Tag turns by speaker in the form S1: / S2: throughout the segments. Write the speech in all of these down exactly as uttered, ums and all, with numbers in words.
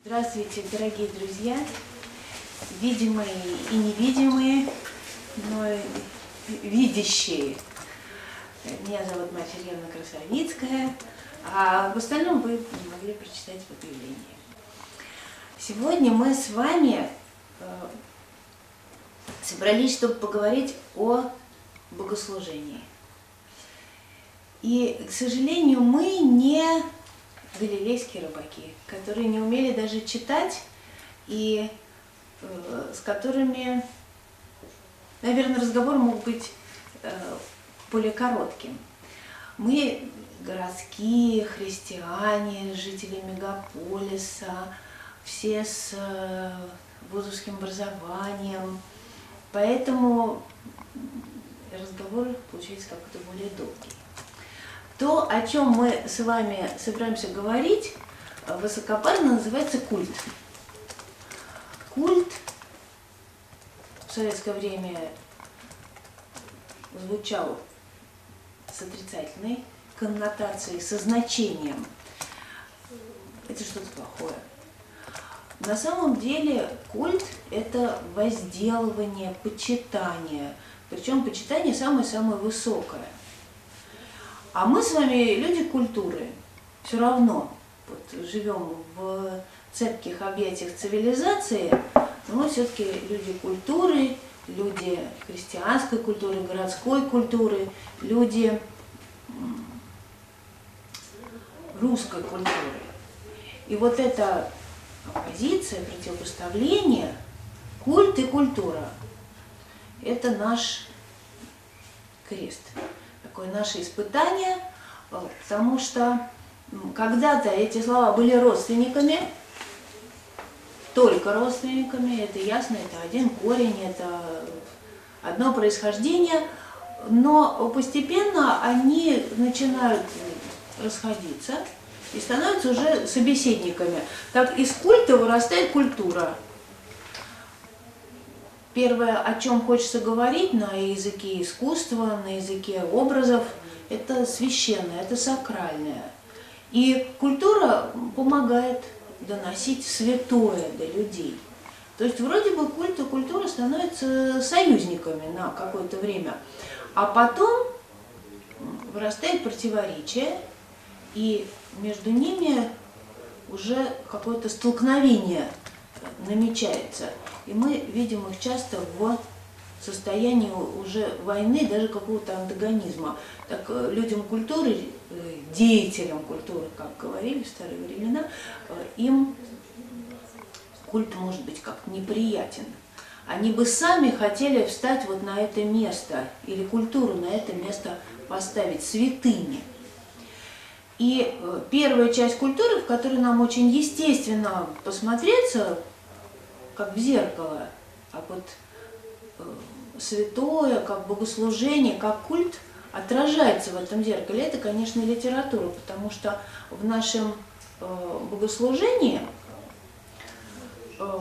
S1: Здравствуйте, дорогие друзья, видимые и невидимые, но и видящие. Меня зовут Марья Сергеевна Красовицкая, а в остальном вы могли прочитать в объявлении. Сегодня мы с вами собрались, чтобы поговорить о богослужении. И, к сожалению, мы не галилейские рыбаки, которые не умели даже читать и э, с которыми, наверное, разговор мог быть э, более коротким. Мы городские христиане, жители мегаполиса, все с э, вузовским образованием, поэтому разговор получается как-то более долгий. То, о чем мы с вами собираемся говорить, высокопарно называется культ. Культ в советское время звучал с отрицательной коннотацией, со значением. Это что-то плохое. На самом деле культ – это возделывание, почитание. Причем почитание самое-самое высокое. А мы с вами люди культуры, все равно вот, живем в цепких объятиях цивилизации, но мы все-таки люди культуры, люди христианской культуры, городской культуры, люди русской культуры. И вот эта оппозиция, противопоставление, культ и культура – это наш крест. Такое наше испытание, потому что когда-то эти слова были родственниками, только родственниками, это ясно, это один корень, это одно происхождение, но постепенно они начинают расходиться и становятся уже собеседниками. Так из культа вырастает культура. Первое, о чем хочется говорить на языке искусства, на языке образов, это священное, это сакральное. И культура помогает доносить святое до людей. То есть вроде бы культ и культура становятся союзниками на какое-то время, а потом вырастает противоречие, и между ними уже какое-то столкновение намечается. И мы видим их часто в состоянии уже войны, даже какого-то антагонизма. Так людям культуры, деятелям культуры, как говорили в старые времена, им культ может быть как-то неприятен. Они бы сами хотели встать вот на это место, или культуру на это место поставить, святыни. И первая часть культуры, в которой нам очень естественно посмотреться, как в зеркало, а вот э, святое, как богослужение, как культ отражается в этом зеркале, это, конечно, литература, потому что в нашем э, богослужении э,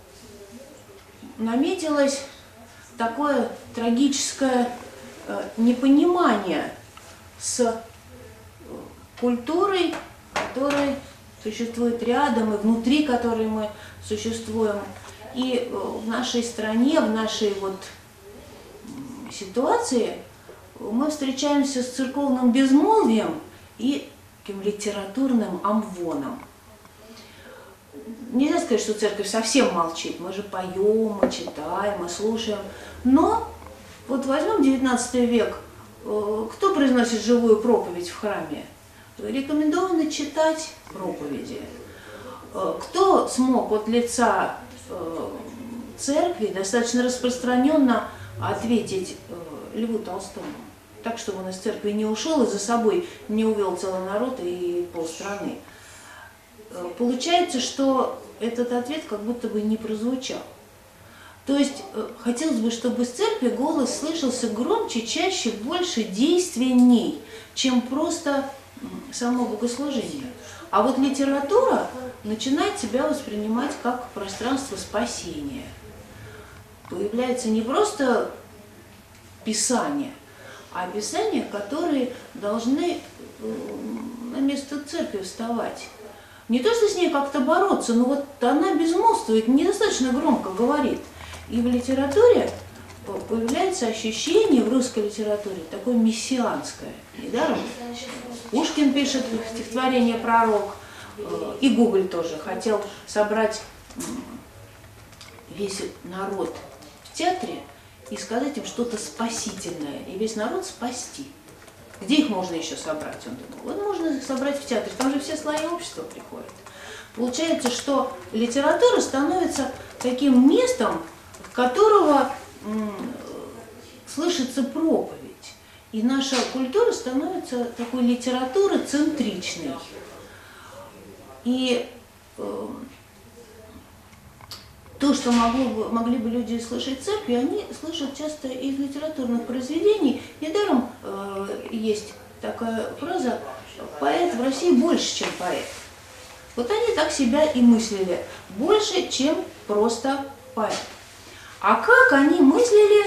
S1: наметилось такое трагическое э, непонимание с культурой, которая существует рядом и внутри которой мы существуем. И в нашей стране, в нашей вот ситуации мы встречаемся с церковным безмолвием и таким литературным амвоном. Нельзя сказать, что церковь совсем молчит. Мы же поем, мы читаем, мы слушаем. Но вот возьмем девятнадцатый век. Кто произносит живую проповедь в храме? Рекомендовано читать проповеди. Кто смог от лица церкви достаточно распространенно ответить Льву Толстому, так, чтобы он из церкви не ушел и за собой не увел целый народ и полстраны? Получается, что этот ответ как будто бы не прозвучал. То есть хотелось бы, чтобы из церкви голос слышался громче, чаще, больше, действенней, чем просто само богослужение. А вот литература начинает себя воспринимать как пространство спасения. Появляется не просто писание, а писания, которые должны на место церкви вставать. не то что с ней как-то бороться, но вот она безмолвствует, недостаточно громко говорит. И в литературе появляется ощущение, в русской литературе, такое мессианское. Недаром Пушкин пишет стихотворение «Пророк», и Гоголь тоже хотел собрать весь народ в театре и сказать им что-то спасительное, и весь народ спасти. Где их можно еще собрать? Он думал, вот можно их собрать в театре, там же все слои общества приходят. Получается, что литература становится таким местом, в которого слышится проповедь. И наша культура становится такой литературоцентричной. И э, то, что могло бы, могли бы люди слышать в церкви, они слышат часто из литературных произведений. Недаром э, есть такая фраза «поэт в России больше, чем поэт». Вот они так себя и мыслили, больше, чем просто поэт. А как они мыслили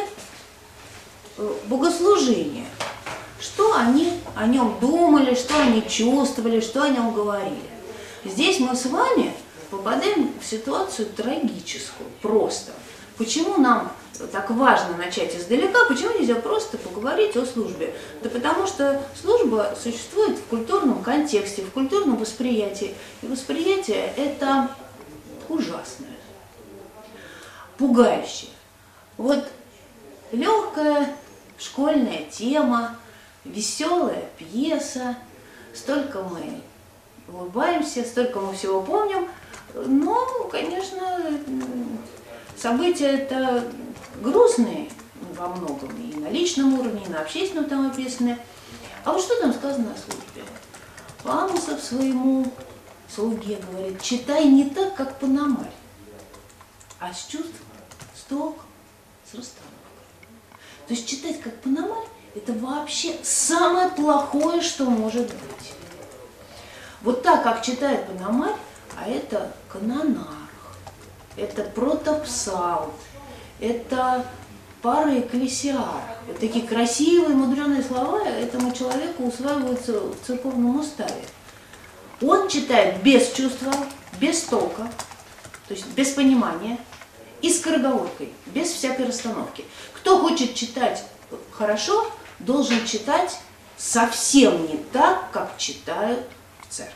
S1: богослужение? Что они о нем думали, что они чувствовали, что о нем говорили? Здесь мы с вами попадаем в ситуацию трагическую, просто. Почему нам так важно начать издалека, почему нельзя просто поговорить о службе? Да потому что служба существует в культурном контексте, в культурном восприятии. И восприятие это ужасное, пугающее. Вот легкая школьная тема, веселая пьеса, столько мы улыбаемся, столько мы всего помним, но, конечно, события это грустные во многом, и на личном уровне, и на общественном там описаны. А вот что там сказано о службе? Амосов своему слуге говорит, читай не так, как Пономарь, а с чувств, с толком, с расстановкой. То есть читать как Пономарь – это вообще самое плохое, что может быть. Вот так, как читает Пономарь, а это канонарх, это протопсалт, это параэкклесиарх. Вот такие красивые, мудреные слова этому человеку усваиваются в церковном уставе. Он читает без чувства, без толка, то есть без понимания, и скороговоркой, без всякой расстановки. Кто хочет читать хорошо, должен читать совсем не так, как читают в церкви.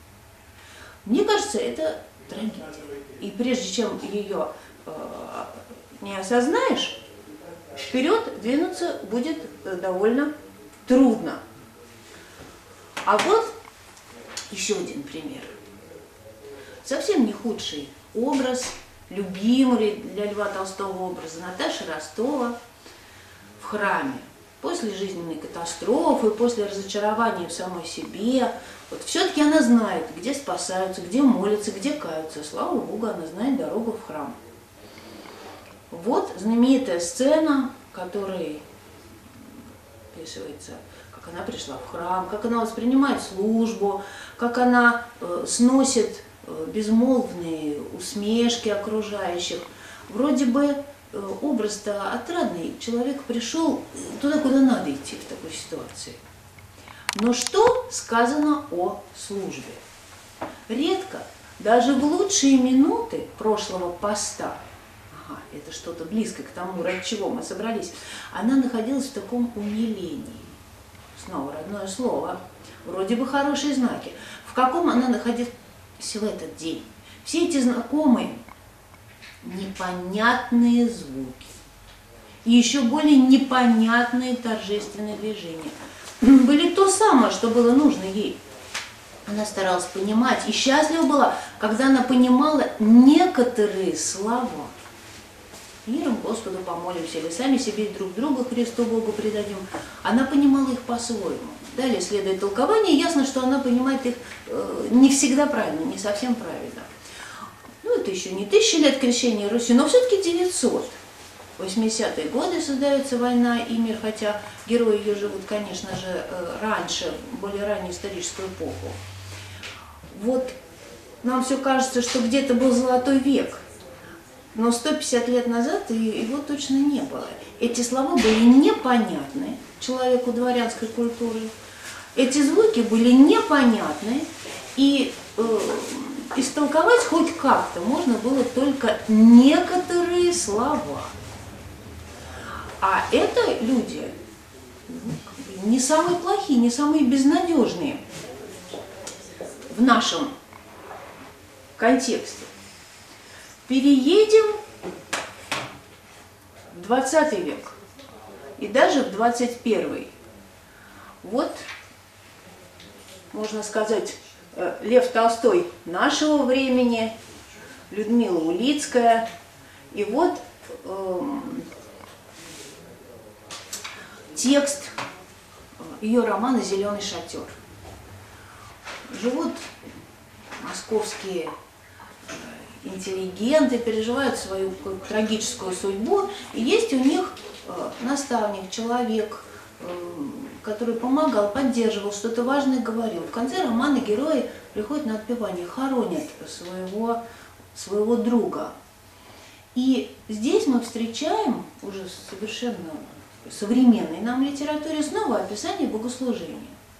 S1: Мне кажется, это трагедия. И прежде чем ее э, не осознаешь, вперед двинуться будет довольно трудно. А вот еще один пример. Совсем не худший образ, любимый для Льва Толстого образ Наташи Ростова в храме. После жизненной катастрофы, после разочарования в самой себе, вот все-таки она знает, где спасаются, где молятся, где каются. Слава Богу, она знает дорогу в храм. Вот знаменитая сцена, которая описывается, как она пришла в храм, как она воспринимает службу, как она э, сносит э, безмолвные усмешки окружающих. Вроде бы э, образ-то отрадный, человек пришел туда, куда надо идти в такой ситуации. Но что сказано о службе? Редко, даже в лучшие минуты прошлого поста, ага, это что-то близко к тому, ради чего мы собрались, она находилась в таком умилении. Снова родное слово. Вроде бы хорошие знаки. В каком она находилась в этот день? Все эти знакомые непонятные звуки и еще более непонятные торжественные движения были то самое, что было нужно ей. Она старалась понимать и счастлива была, когда она понимала некоторые слова. Миром Господу помолимся, или сами себе и друг друга Христу Богу предадим. Она понимала их по-своему. Далее следует толкование, ясно, что она понимает их э, не всегда правильно, не совсем правильно. Ну, это еще не тысячи лет крещения Руси, но все-таки девятьсот. В восьмидесятые годы создается «Война и мир», хотя герои ее живут, конечно же, раньше, более раннюю историческую эпоху. Вот нам все кажется, что где-то был золотой век, но сто пятьдесят лет назад его точно не было. Эти слова были непонятны человеку дворянской культуры, эти звуки были непонятны, и э, истолковать хоть как-то можно было только некоторые слова. А это люди не самые плохие, не самые безнадежные в нашем контексте. Переедем в двадцатый век и даже в двадцать первый. Вот, можно сказать, Лев Толстой нашего времени, Людмила Улицкая, и вот э, текст ее романа «Зеленый шатер». Живут московские интеллигенты, переживают свою трагическую судьбу, и есть у них наставник, человек, который помогал, поддерживал, что-то важное говорил. В конце романа герои приходят на отпевание, хоронят своего, своего друга. И здесь мы встречаем уже совершенно современной нам литературе снова описание богослужения.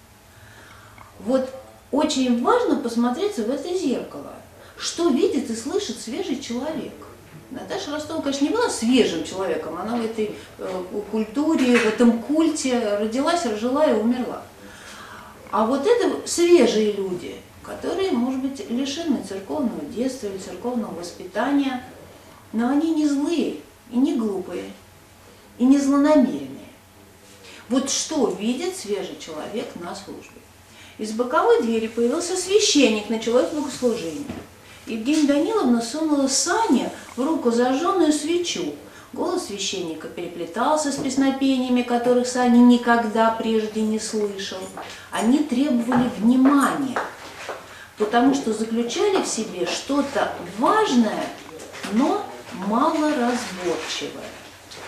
S1: Вот очень важно посмотреться в это зеркало. Что видит и слышит свежий человек? Наташа Ростова, конечно, не была свежим человеком, она в этой э, культуре, в этом культе родилась, разжила и умерла. А вот это свежие люди, которые, может быть, лишены церковного детства или церковного воспитания, но они не злые и не глупые, и не злонамеренные. Вот что видит свежий человек на службе? Из боковой двери появился священник, началось богослужение. Евгения Даниловна сунула Сане в руку зажженную свечу. Голос священника переплетался с песнопениями, которых Саня никогда прежде не слышал. Они требовали внимания, потому что заключали в себе что-то важное, но малоразборчивое.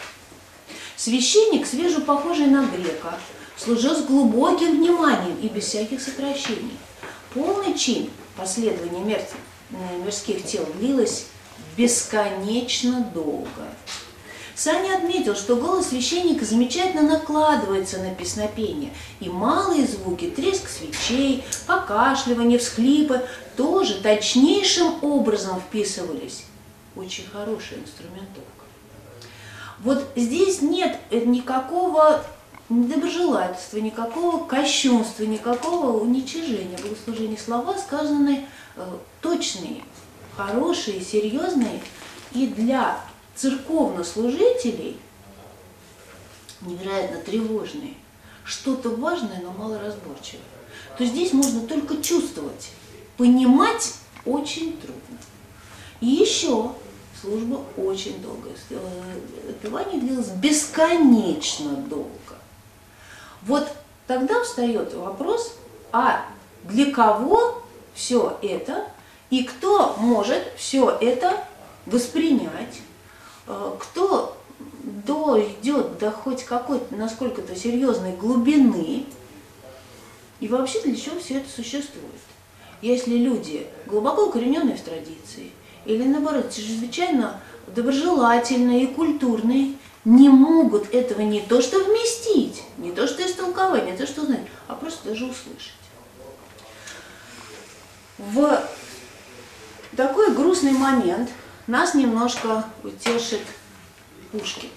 S1: Священник, свеже похожий на грека, служил с глубоким вниманием и без всяких сокращений. Полный чин последования мертвых мирских тел длилось бесконечно долго. Саня отметил, что голос священника замечательно накладывается на песнопение, и малые звуки, треск свечей, покашливание, всхлипы тоже точнейшим образом вписывались. Очень хорошая инструментовка. Вот здесь нет никакого недоброжелательства, никакого кощунства, никакого уничижения богослужения. Слова сказаны э, точные, хорошие, серьезные, и для церковнослужителей невероятно тревожные, что-то важное, но малоразборчивое. То здесь можно только чувствовать, понимать очень трудно. И еще служба очень долгая, отпевание длилось бесконечно долго. Вот тогда встает вопрос, а для кого все это, и кто может все это воспринять, кто дойдет до хоть какой-то, насколько-то серьезной глубины, и вообще для чего все это существует. Если люди глубоко укорененные в традиции, или наоборот, чрезвычайно доброжелательные и культурные, не могут этого не то что вместить, не то что истолковать, не то что узнать, а просто даже услышать. В такой грустный момент нас немножко утешит Пушкин.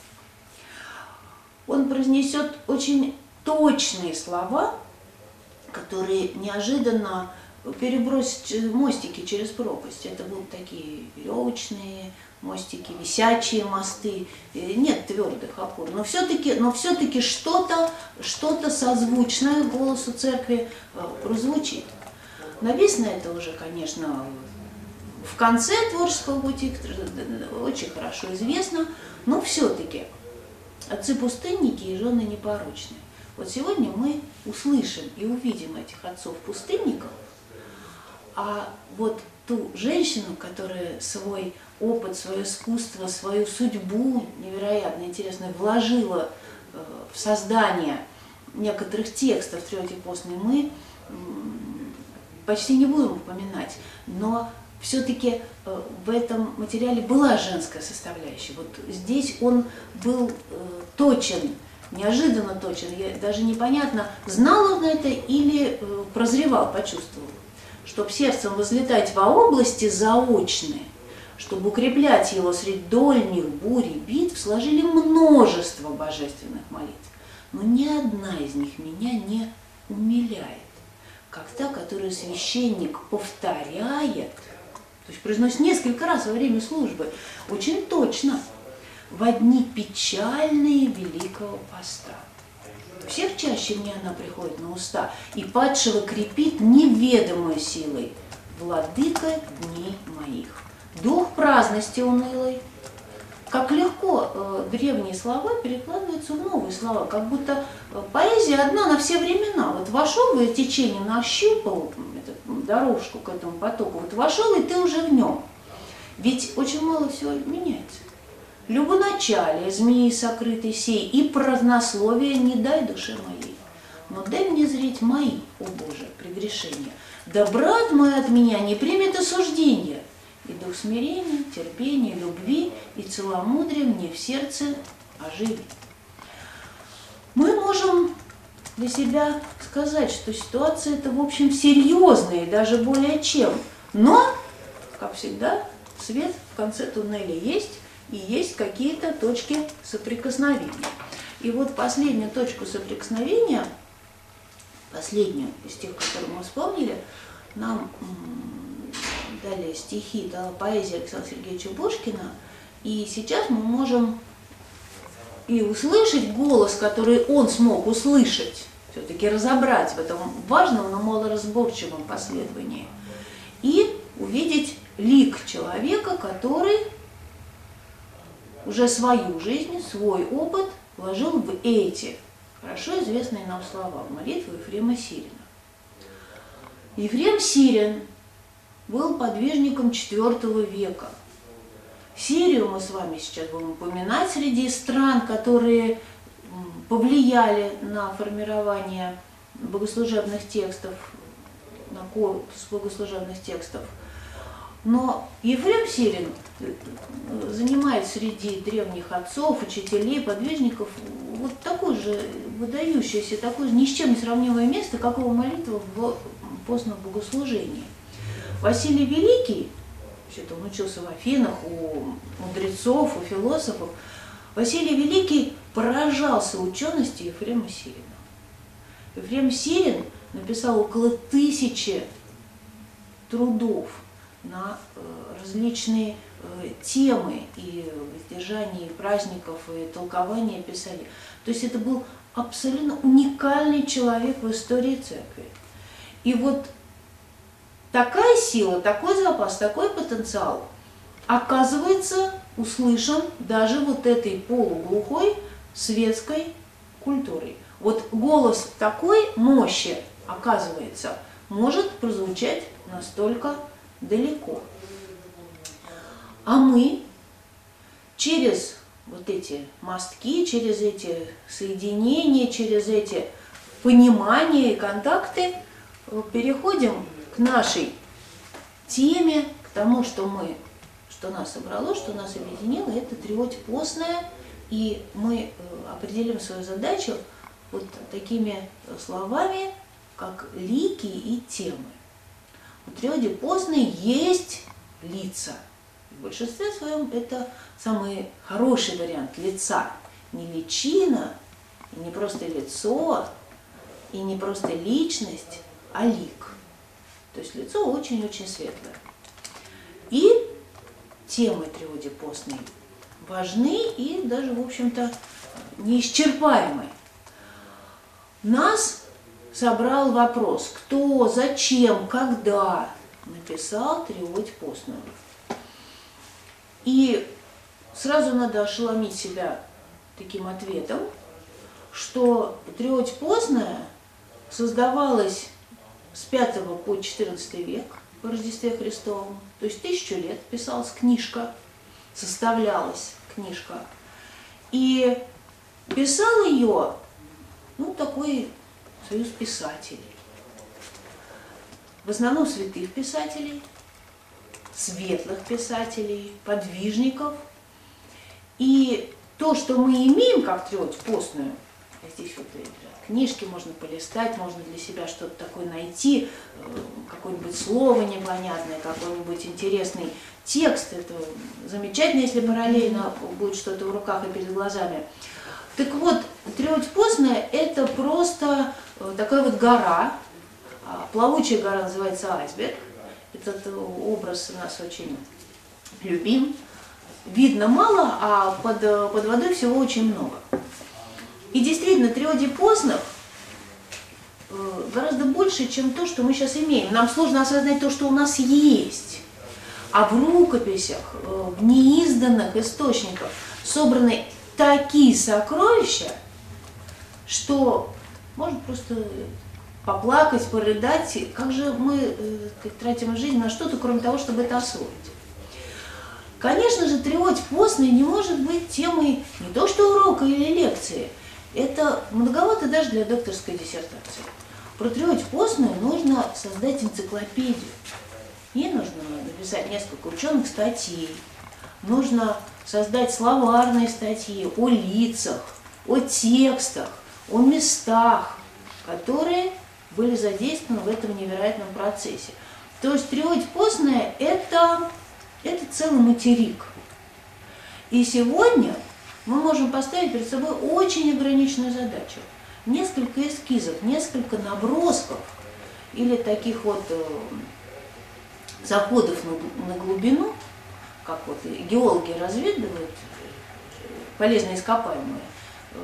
S1: Он произнесет очень точные слова, которые неожиданно перебросить мостики через пропасть. Это будут такие веревочные мостики, висячие мосты. Нет твердых опор, но все-таки, но все-таки что-то, что-то созвучное голосу церкви прозвучит. Написано это уже, конечно, в конце творческого пути, очень хорошо известно, но все-таки отцы-пустынники и жены непорочные. Вот сегодня мы услышим и увидим этих отцов-пустынников, а вот ту женщину, которая свой опыт, свое искусство, свою судьбу невероятно интересно вложила в создание некоторых текстов Третьепостной, мы почти не будем упоминать, но все-таки в этом материале была женская составляющая. Вот здесь он был точен, неожиданно точен, я, даже непонятно, знал он это или прозревал, почувствовал. чтобы сердцем возлетать во области заочные, чтобы укреплять его среди дольних бурь и битв, сложили множество божественных молитв. Но ни одна из них меня не умиляет, как та, которую священник повторяет, то есть произносит несколько раз во время службы, очень точно, во дни печальные Великого Поста. Всех чаще мне она приходит на уста, и падшего крепит неведомой силой, владыка дней моих. Дух праздности унылой. Как легко э, древние слова перекладываются в новые слова, как будто э, поэзия одна на все времена. Вот вошел в течение, нащупал эту дорожку к этому потоку, вот вошел, и ты уже в нем. Ведь очень мало всего меняется. Любоначалие, змеи сокрытой сей, и празднословие не дай душе моей. Но дай мне зреть мои, о Боже, прегрешения. Да брат мой от меня не примет осуждения. И дух смирения, терпения, любви и целомудрия мне в сердце оживи. Мы можем для себя сказать, что ситуация это, в общем, серьезная и даже более чем. Но, как всегда, свет в конце туннеля есть, и есть какие-то точки соприкосновения. И вот последнюю точку соприкосновения, последнюю из тех, которые мы вспомнили, нам дали стихи, дала поэзия Александра Сергеевича Бошкина, и сейчас мы можем и услышать голос, который он смог услышать, все-таки разобрать в этом важном, но малоразборчивом последовании, и увидеть лик человека, который уже свою жизнь, свой опыт вложил в эти хорошо известные нам слова, в молитву Ефрема Сирина. Ефрем Сирин был подвижником четвёртого века. Сирию мы с вами сейчас будем упоминать среди стран, которые повлияли на формирование богослужебных текстов, на корпус богослужебных текстов. Но Ефрем Сирин занимает среди древних отцов, учителей, подвижников вот такое же выдающееся, такое же ни с чем не сравнимое место, как его молитва в постном богослужении. Василий Великий, вообще-то он учился в Афинах, у мудрецов, у философов, Василий Великий поражался учености Ефрема Сирина. Ефрем Сирин написал около тысячи трудов на различные темы и воздержания, и праздников, и толкования, и писания. То есть это был абсолютно уникальный человек в истории церкви. И вот такая сила, такой запас, такой потенциал оказывается услышан даже вот этой полуглухой светской культурой. Вот голос такой мощи, оказывается, может прозвучать настолько далеко. А мы через вот эти мостки, через эти соединения, через эти понимания и контакты переходим к нашей теме, к тому, что мы, что нас собрало, что нас объединило, это триодь постная, и мы определим свою задачу вот такими словами, как лики и темы. У триоди постной есть лица. В большинстве своем это самый хороший вариант лица. Не личина, и не просто лицо, и не просто личность, а лик. То есть лицо очень-очень светлое. И темы триоди постной важны и даже, в общем-то, неисчерпаемы. Нас собрал вопрос, кто, зачем, когда написал триодь постную. И сразу надо ошеломить себя таким ответом, что триодь постная создавалась с пятого по четырнадцатый век по Рождестве Христовом, то есть тысячу лет писалась книжка, составлялась книжка. И писал ее, ну, такой союз писателей. В основном святых писателей, светлых писателей, подвижников. И то, что мы имеем как триодь постную, Здесь вот книжки можно полистать, можно для себя что-то такое найти, какое-нибудь слово непонятное, какой-нибудь интересный текст. Это замечательно, если параллельно будет что-то в руках и перед глазами. Так вот, Триоть постная – это просто такая вот гора, плавучая гора называется айсберг. Этот образ у нас очень любим. Видно мало, а под, под водой всего очень много. И действительно, триодий постных гораздо больше, чем то, что мы сейчас имеем. Нам сложно осознать то, что у нас есть. А в рукописях, в неизданных источниках собраны такие сокровища, что можно просто поплакать, порыдать. Как же мы э, тратим жизнь на что-то, кроме того, чтобы это освоить? Конечно же, триодь постный не может быть темой не то что урока или лекции. Это многовато даже для докторской диссертации. Про триодь постную нужно создать энциклопедию. И нужно написать несколько ученых статей. Нужно создать словарные статьи о лицах, о текстах, о местах, которые были задействованы в этом невероятном процессе. То есть триодь постная – это, это целый материк. И сегодня мы можем поставить перед собой очень ограниченную задачу. Несколько эскизов, несколько набросков или таких вот э, заходов на, на глубину, как вот геологи разведывают полезные ископаемые. Э,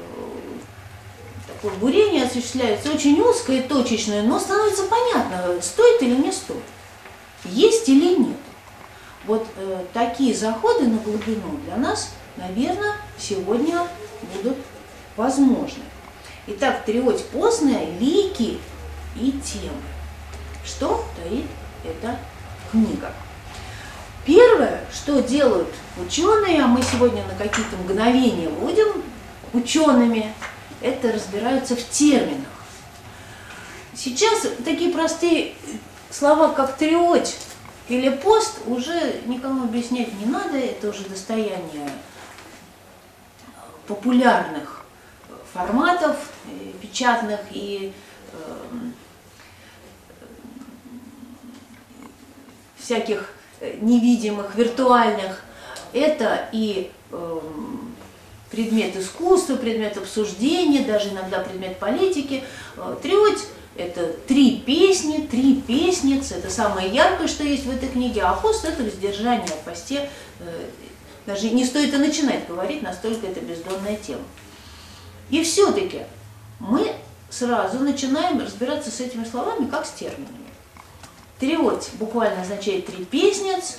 S1: такое бурение осуществляется очень узкое и точечное, но становится понятно, стоит или не стоит, есть или нет. Вот э, такие заходы на глубину для нас, наверное, сегодня будут возможны. Итак, триодь постная, лики и темы. Что таит эта книга? Первое, что делают ученые, а мы сегодня на какие-то мгновения будем учеными, это разбираются в терминах. Сейчас такие простые слова, как триодь или пост, уже никому объяснять не надо, это уже достояние популярных форматов печатных и э, всяких невидимых, виртуальных. Это и э, предмет искусства, предмет обсуждения, даже иногда предмет политики. Триодь – это три песни, три песницы, это самое яркое, что есть в этой книге, а пост – это воздержание о посте. Даже не стоит и начинать говорить, настолько это бездонная тема. И все-таки мы сразу начинаем разбираться с этими словами, как с терминами. Триодь буквально означает три песниц.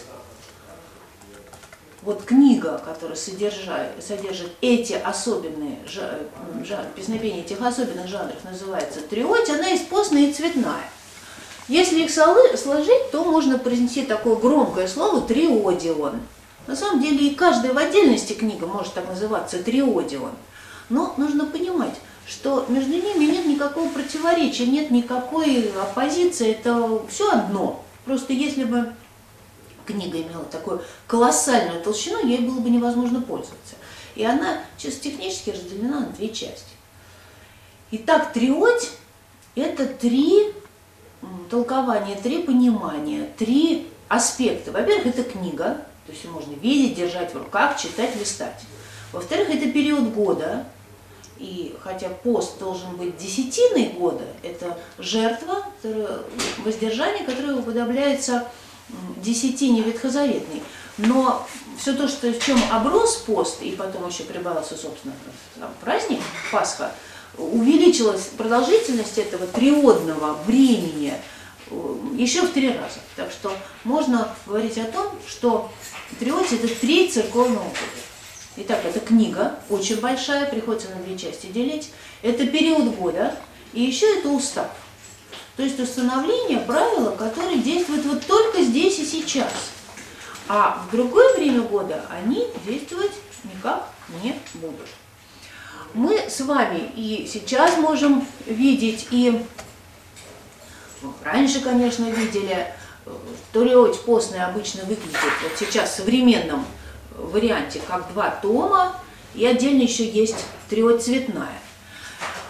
S1: Вот книга, которая содержит, содержит эти особенные жанры, песнопения этих особенных жанров, называется триодь, она и постная, и цветная. Если их сложить, то можно произнести такое громкое слово триодион. На самом деле и каждая в отдельности книга может так называться триодион. Но нужно понимать, что между ними нет никакого противоречия, нет никакой оппозиции, это все одно. Просто если бы книга имела такую колоссальную толщину, ей было бы невозможно пользоваться. И она чисто технически разделена на две части. Итак, триодь – это три толкования, три понимания, три аспекта. Во-первых, это книга, то есть ее можно видеть, держать в руках, читать, листать. Во-вторых, это период года, и хотя пост должен быть десятиной года, это жертва, воздержание, которое уподобляется десятине ветхозаветной. Но все то, что, в чем оброс пост, и потом еще прибавился, собственно, сам праздник Пасха, увеличилась продолжительность этого триодного времени еще в три раза. Так что можно говорить о том, что триодь – это три церковного года. Итак, это книга, очень большая, приходится на две части делить. Это период года, и еще это устав. То есть установление правила, которые действуют вот только здесь и сейчас. А в другое время года они действовать никак не будут. Мы с вами и сейчас можем видеть, и ну, раньше, конечно, видели, триодь постная обычно выглядит вот сейчас в современном варианте как два тома, и отдельно еще есть триодь цветная.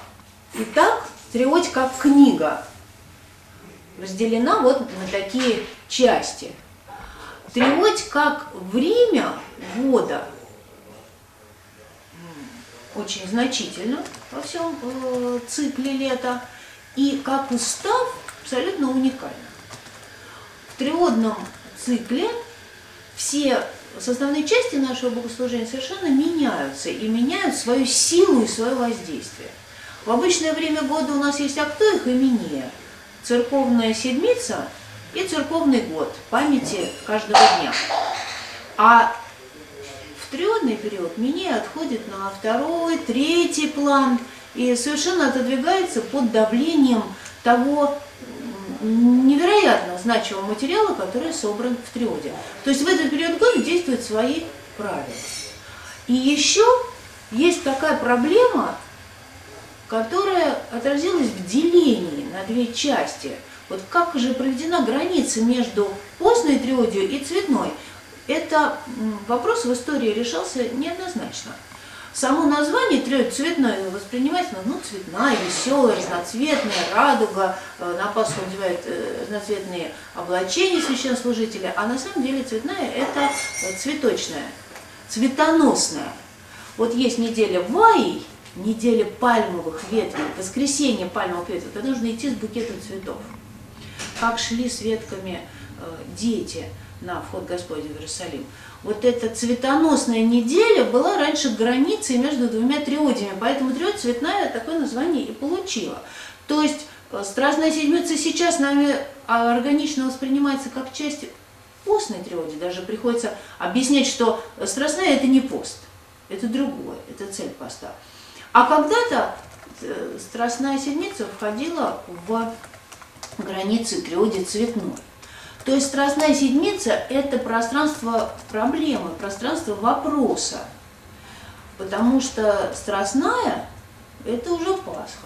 S1: Итак, триодь как книга разделена вот на такие части. Триодь как время года очень значительно во всем э, цикле лета, и как устав абсолютно уникально. В триодном цикле все составные части нашего богослужения совершенно меняются и меняют свою силу и свое воздействие. В обычное время года у нас есть актоих и минея, церковная седмица и церковный год памяти каждого дня. А в триодный период минея отходит на второй, третий план и совершенно отодвигается под давлением того невероятно значимого материала, который собран в триоде. То есть в этот период года действуют свои правила. И еще есть такая проблема, которая отразилась в делении на две части. Вот как же проведена граница между постной триодией и цветной? Это вопрос в истории решался неоднозначно. Само название триодь цветной воспринимается, ну, цветная, веселая, разноцветная, радуга, на Пасху надевают разноцветные облачения священнослужителя, а на самом деле цветная – это цветочная, цветоносная. Вот есть неделя Ваи, неделя пальмовых ветвей, воскресенье пальмовых ветвей, когда нужно идти с букетом цветов. Как шли с ветками дети на вход Господень в Иерусалим. Вот эта цветоносная неделя была раньше границей между двумя триодиями, поэтому триодь цветная такое название и получила. То есть Страстная Седмица сейчас нами органично воспринимается как часть постной триодии. Даже приходится объяснять, что Страстная – это не пост, это другое, это цель поста. А когда-то Страстная Седмица входила в границы триодии цветной. То есть Страстная Седмица – это пространство проблемы, пространство вопроса, потому что Страстная – это уже Пасха.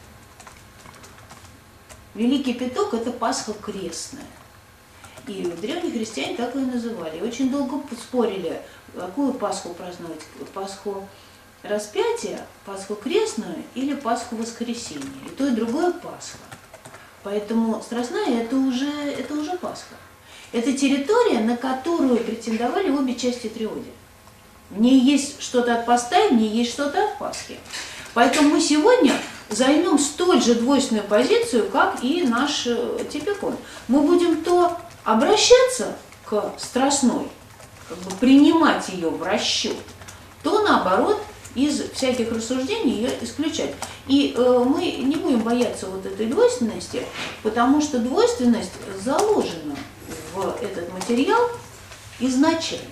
S1: Великий Пяток – это Пасха крестная. И древние христиане так ее называли. И очень долго спорили, какую Пасху праздновать – Пасху распятия, Пасху крестную или Пасху воскресения. И то, и другое Пасха. Поэтому Страстная это уже, это уже Пасха. Это территория, на которую претендовали обе части триодия. В ней есть что-то от поста, в ней есть что-то от Пасхи. Поэтому мы сегодня займем столь же двойственную позицию, как и наш Типикон. Мы будем то обращаться к Страстной, как бы принимать ее в расчет, то наоборот из всяких рассуждений ее исключать. И э, мы не будем бояться вот этой двойственности, потому что двойственность заложена в этот материал изначально.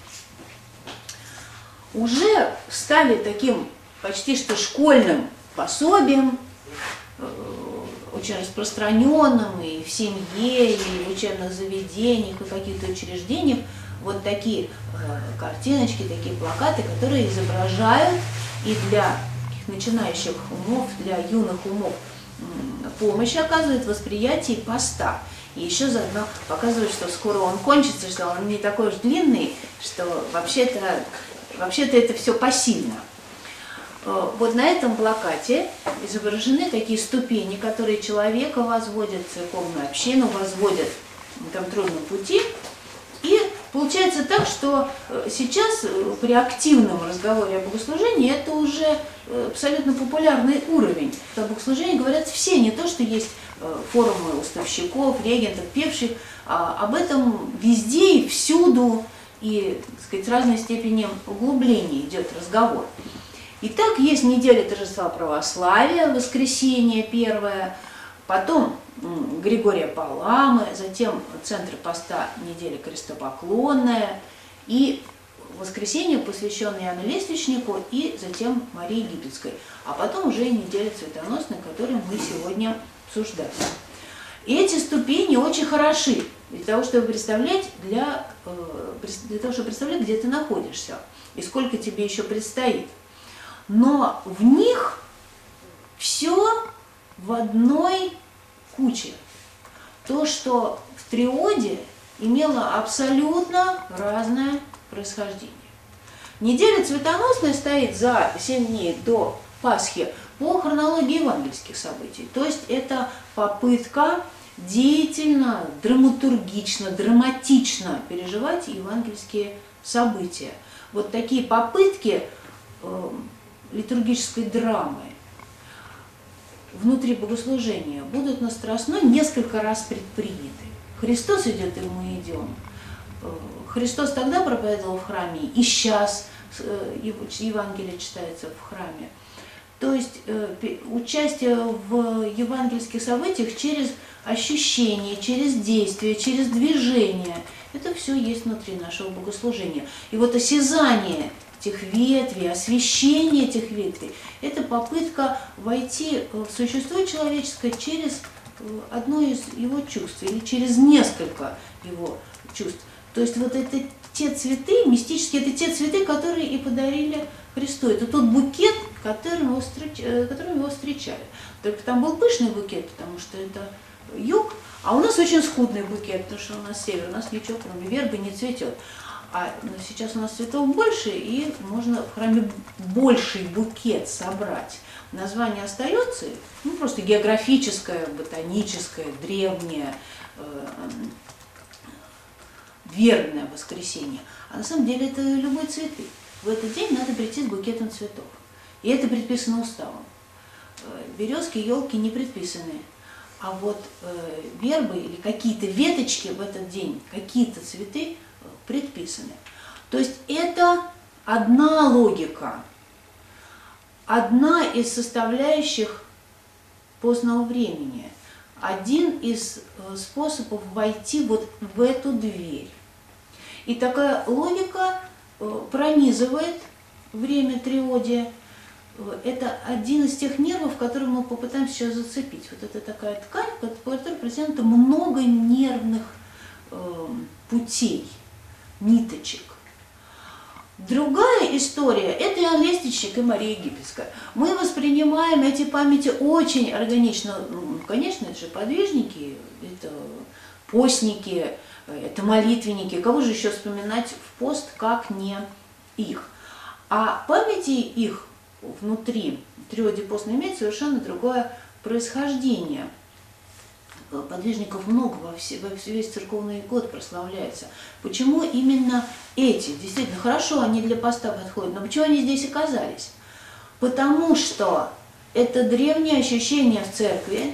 S1: Уже стали таким почти что школьным пособием, э, очень распространенным и в семье, и в учебных заведениях, и в каких-то учреждениях, вот такие э, картиночки, такие плакаты, которые изображают и для начинающих умов, для юных умов помощь оказывает в восприятии поста. И еще заодно показывает, что скоро он кончится, что он не такой уж длинный, что вообще-то вообще-то это все посильно. Вот на этом плакате изображены такие ступени, которые человека возводят, церковную общину возводят на этом трудном пути. И получается так, что сейчас при активном разговоре о богослужении это уже абсолютно популярный уровень. О богослужении говорят все, не то, что есть форумы уставщиков, регентов, певших, а об этом везде и всюду, и, так сказать, с разной степени углубления идет разговор. Итак, есть неделя торжества православия, воскресенье первое, потом Григория Паламы, затем центр поста неделя крестопоклонная и воскресенье, посвященное Иоанну Лествичнику, и затем Марии Египетской. А потом уже и неделя цветоносная, которую мы сегодня обсуждаем. И эти ступени очень хороши для того, чтобы представлять, для, для того, чтобы представлять, где ты находишься и сколько тебе еще предстоит. Но в них все в одной куче. То, что в триоде имело абсолютно разное происхождение. Неделя цветоносная стоит за семь дней до Пасхи по хронологии евангельских событий. То есть это попытка деятельно, драматургично, драматично переживать евангельские события. Вот такие попытки э, литургической драмы внутри богослужения будут на Страстной несколько раз предприняты. Христос идет, и мы идем. Христос тогда проповедовал в храме, и сейчас Евангелие читается в храме. То есть участие в евангельских событиях через ощущение, через действие, через движение, это все есть внутри нашего богослужения. И вот осязание этих ветвей, освещение этих ветвей, это попытка войти в существо человеческое через одно из его чувств или через несколько его чувств. То есть вот это те цветы, мистические, это те цветы, которые и подарили Христу. Это тот букет, которым его, встреч... которым его встречали. Только там был пышный букет, потому что это юг, а у нас очень скудный букет, потому что у нас север, у нас ничего, кроме вербы, не цветет. А сейчас у нас цветов больше, и можно в храме больший букет собрать. Название остается, ну, просто географическое, ботаническое, древнее, э, верное воскресенье. А на самом деле это любые цветы. В этот день надо прийти с букетом цветов. И это предписано уставом. Березки, елки не предписаны. А вот э, вербы или какие-то веточки в этот день, какие-то цветы предписаны. То есть это одна логика, одна из составляющих постного времени, один из способов войти вот в эту дверь. И такая логика пронизывает время триодия. Это один из тех нервов, которые мы попытаемся сейчас зацепить. Вот это такая ткань, по которой протянуто много нервных э, путей, ниточек. Другая история – это Иоанн Лестничник и Мария Египетская. Мы воспринимаем эти памяти очень органично. Ну, конечно, это же подвижники, это постники, это молитвенники. Кого же еще вспоминать в пост, как не их? А памяти их внутри триоди постной имеет совершенно другое происхождение. Подвижников много, во все, во весь церковный год прославляется. Почему именно эти? Действительно, хорошо, они для поста подходят, но почему они здесь оказались? Потому что это древнее ощущение в церкви.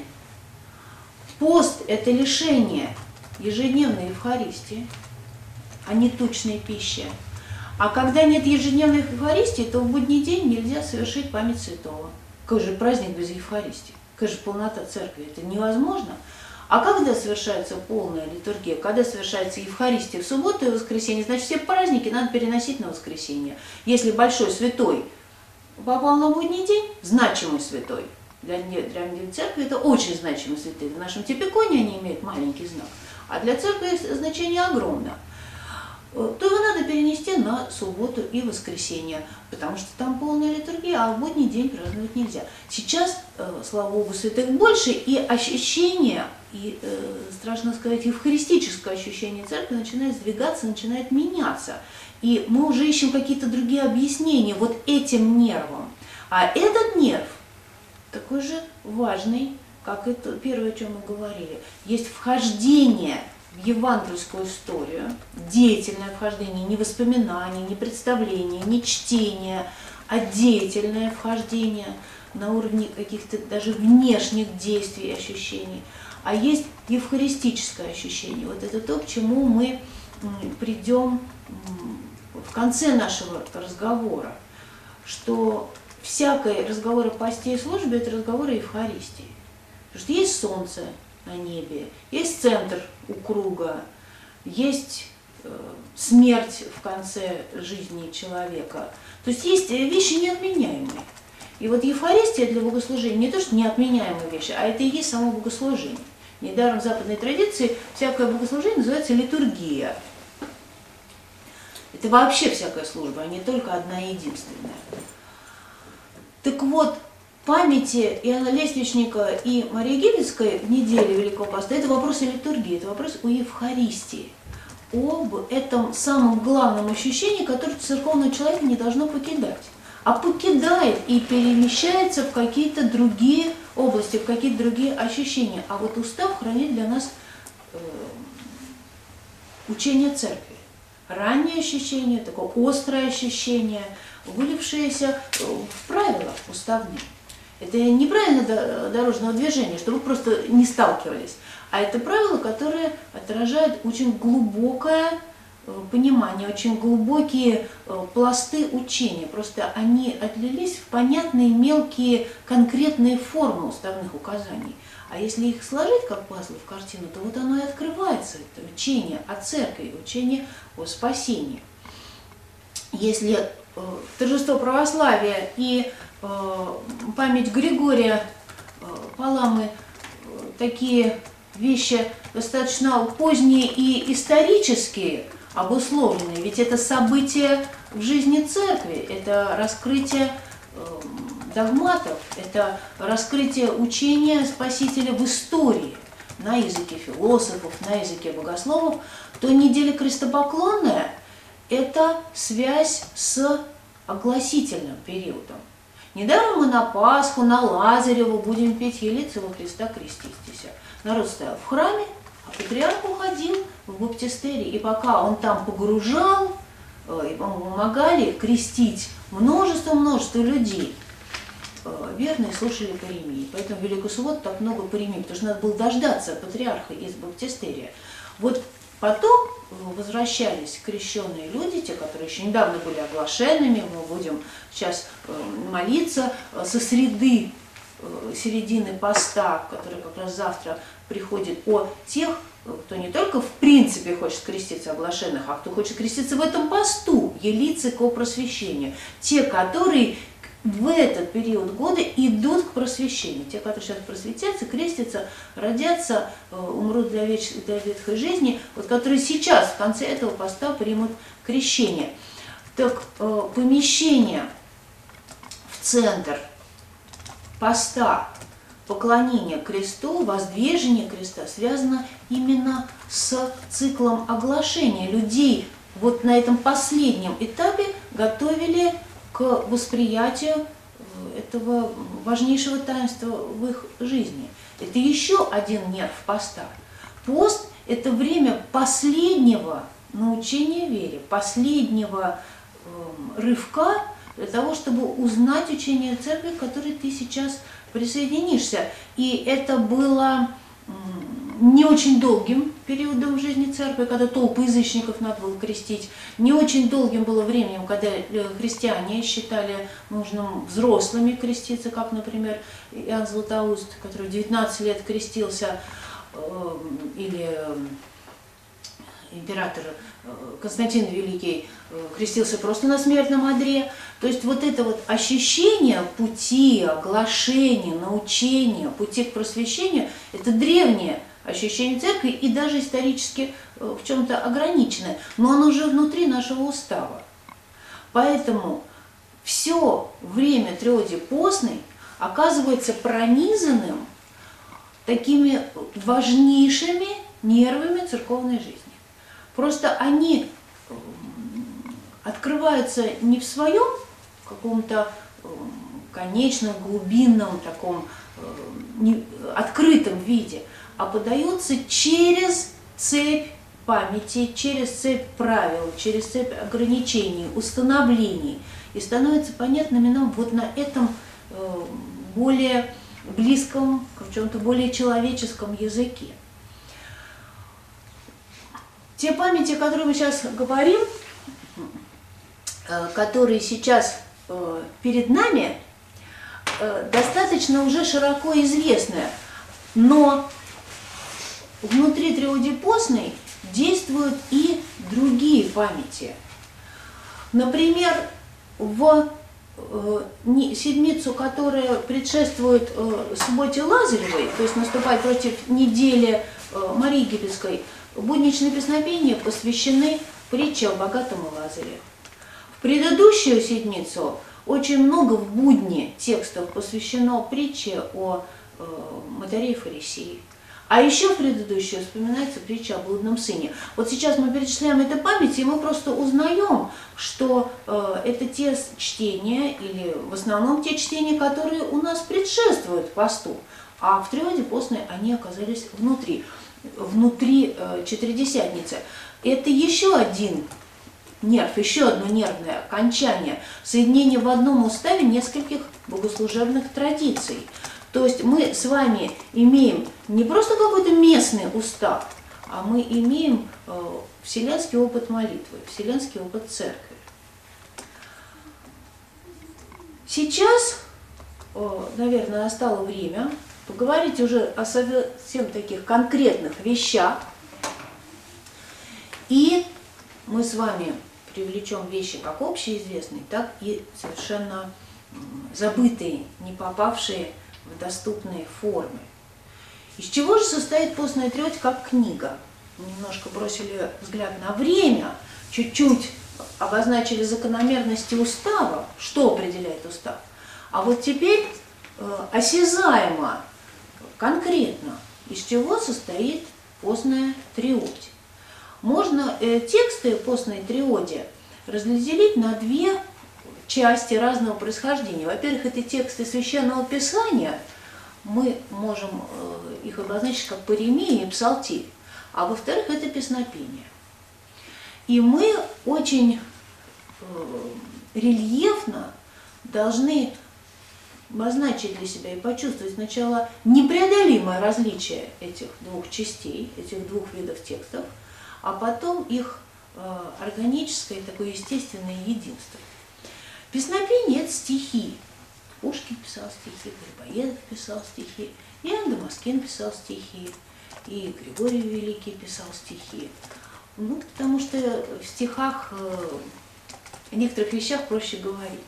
S1: Пост – это лишение ежедневной Евхаристии, а не тучной пищи. А когда нет ежедневной Евхаристии, то в будний день нельзя совершить память святого. Какой же праздник без Евхаристии? Какая же полнота церкви? Это невозможно. А когда совершается полная литургия, когда совершается Евхаристия в субботу и воскресенье, значит, все праздники надо переносить на воскресенье. Если большой святой попал на будний день, значимый святой, для, для церкви это очень значимый святой. В нашем типиконе они имеют маленький знак, а для церкви значение огромное. То его надо перенести на субботу и воскресенье, потому что там полная литургия, а в будний день праздновать нельзя. Сейчас, слава Богу, святых больше, и ощущение, и, страшно сказать, евхаристическое ощущение церкви начинает сдвигаться, начинает меняться. И мы уже ищем какие-то другие объяснения вот этим нервам. А этот нерв такой же важный, как это первое, о чем мы говорили. Есть вхождение в евангельскую историю, деятельное вхождение, не воспоминание, не представление, не чтение, а деятельное вхождение на уровне каких-то даже внешних действий и ощущений. А есть евхаристическое ощущение. Вот это то, к чему мы придем в конце нашего разговора, что всякий разговор о посте и службе – это разговор о Евхаристии. Потому что есть солнце на небе, есть центр у круга, есть э, смерть в конце жизни человека. То есть есть вещи неотменяемые. И вот Евхаристия для богослужения не то, что неотменяемые вещи, а это и есть само богослужение. Недаром в западной традиции всякое богослужение называется литургия. Это вообще всякая служба, а не только одна единственная. Так вот, памяти Иоанна Лестничника и Марии Египетской в неделе Великого Поста – это вопрос о литургии, это вопрос о Евхаристии, об этом самом главном ощущении, которое церковного человека не должно покидать. а покидает и перемещается в какие-то другие области, в какие-то другие ощущения. А вот устав хранит для нас э, учение церкви. Раннее ощущение, такое острое ощущение, вылившееся в правила уставные. Это неправильно дорожного движения, чтобы вы просто не сталкивались, а это правила, которые отражают очень глубокое понимание, очень глубокие пласты учения. Просто они отлились в понятные, мелкие, конкретные формы уставных указаний. А если их сложить как пазлы в картину, то вот оно и открывается, это учение о церкви, учение о спасении. Если э, торжество православия и э, память Григория э, Паламы э, такие вещи достаточно поздние и исторические, обусловленные, ведь это события в жизни церкви, это раскрытие э, догматов, это раскрытие учения Спасителя в истории на языке философов, на языке богословов, то неделя крестопоклонная – это связь с огласительным периодом. Недаром мы на Пасху, на Лазарева будем петь «Елицы во Христа креститеся». Народ стоял в храме, а патриарх уходил в баптистерий, и пока он там погружал, и помогали крестить множество-множество людей, верные слушали паремии. Поэтому в Великую Субботу так много паремий, потому что надо было дождаться патриарха из баптистерия. Вот потом возвращались крещенные люди, те, которые еще недавно были оглашенными, мы будем сейчас молиться со среды, середины поста, который как раз завтра приходит, о тех, кто не только в принципе хочет креститься оглашенных, а кто хочет креститься в этом посту, елицы ко просвещению. Те, которые в этот период года идут к просвещению. Те, которые сейчас просветятся, крестятся, родятся, умрут для, веч... для ветхой жизни, вот которые сейчас в конце этого поста примут крещение. Так помещение в центр поста, поклонение кресту, воздвижение креста связано именно с циклом оглашения. Людей вот на этом последнем этапе готовили к восприятию этого важнейшего таинства в их жизни. Это еще один нерв поста. Пост – это время последнего научения вере, последнего э, рывка для того, чтобы узнать учение церкви, к которой ты сейчас присоединишься. И это было не очень долгим периодом в жизни церкви, когда толпы язычников надо было крестить. Не очень долгим было временем, когда христиане считали нужным взрослыми креститься, как, например, Иоанн Златоуст, который в девятнадцать лет крестился, или император Константин Великий крестился просто на смертном одре. То есть вот это вот ощущение пути, оглашения, научения, пути к просвещению, это древнее ощущение церкви и даже исторически в чем-то ограниченное, но оно уже внутри нашего устава. Поэтому все время Триоди постной оказывается пронизанным такими важнейшими нервами церковной жизни. Просто они открываются не в своем каком-то конечном, глубинном, таком открытом виде, а подаются через цепь памяти, через цепь правил, через цепь ограничений, установлений. И становятся понятными нам вот на этом более близком, в чем-то более человеческом языке. Те памяти, о которых мы сейчас говорим, которые сейчас перед нами, достаточно уже широко известны, но внутри Триоди постной действуют и другие памяти. Например, в седмицу, которая предшествует субботе Лазаревой, то есть наступает против недели Марии Египетской, будничные песнопения посвящены притче о богатом Лазаре. В предыдущую седмицу очень много в будни текстов посвящено притче о э, мытаре и фарисее. А еще в предыдущей вспоминается притча о блудном сыне. Вот сейчас мы перечисляем это памяти, и мы просто узнаем, что э, это те чтения, или в основном те чтения, которые у нас предшествуют посту. А в триоде постной они оказались внутри, внутри э, Четыредесятницы. Это еще один нерв, еще одно нервное окончание, соединение в одном уставе нескольких богослужебных традиций. То есть мы с вами имеем не просто какой-то местный устав, а мы имеем э, вселенский опыт молитвы, вселенский опыт церкви. Сейчас, э, наверное, настало время поговорить уже о совсем таких конкретных вещах. И мы с вами привлечем вещи как общеизвестные, так и совершенно забытые, не попавшие в доступные формы. Из чего же состоит постная триодь как книга? Мы немножко бросили взгляд на время, чуть-чуть обозначили закономерности устава, что определяет устав. А вот теперь э, осязаемо, конкретно, из чего состоит постная триодь. Можно э, тексты постной триоди разделить на две части разного происхождения. Во-первых, это тексты Священного Писания, мы можем э, их обозначить как паремия и псалтирь. А во-вторых, это песнопение. И мы очень э, рельефно должны обозначить для себя и почувствовать сначала непреодолимое различие этих двух частей, этих двух видов текстов, а потом их э, органическое, такое естественное единство. Песнопение – это стихи. Пушкин писал стихи, Грибоедов писал стихи, Иоанн Дамаскин писал стихи, и Григорий Великий писал стихи. Ну, потому что в стихах э, о некоторых вещах проще говорить.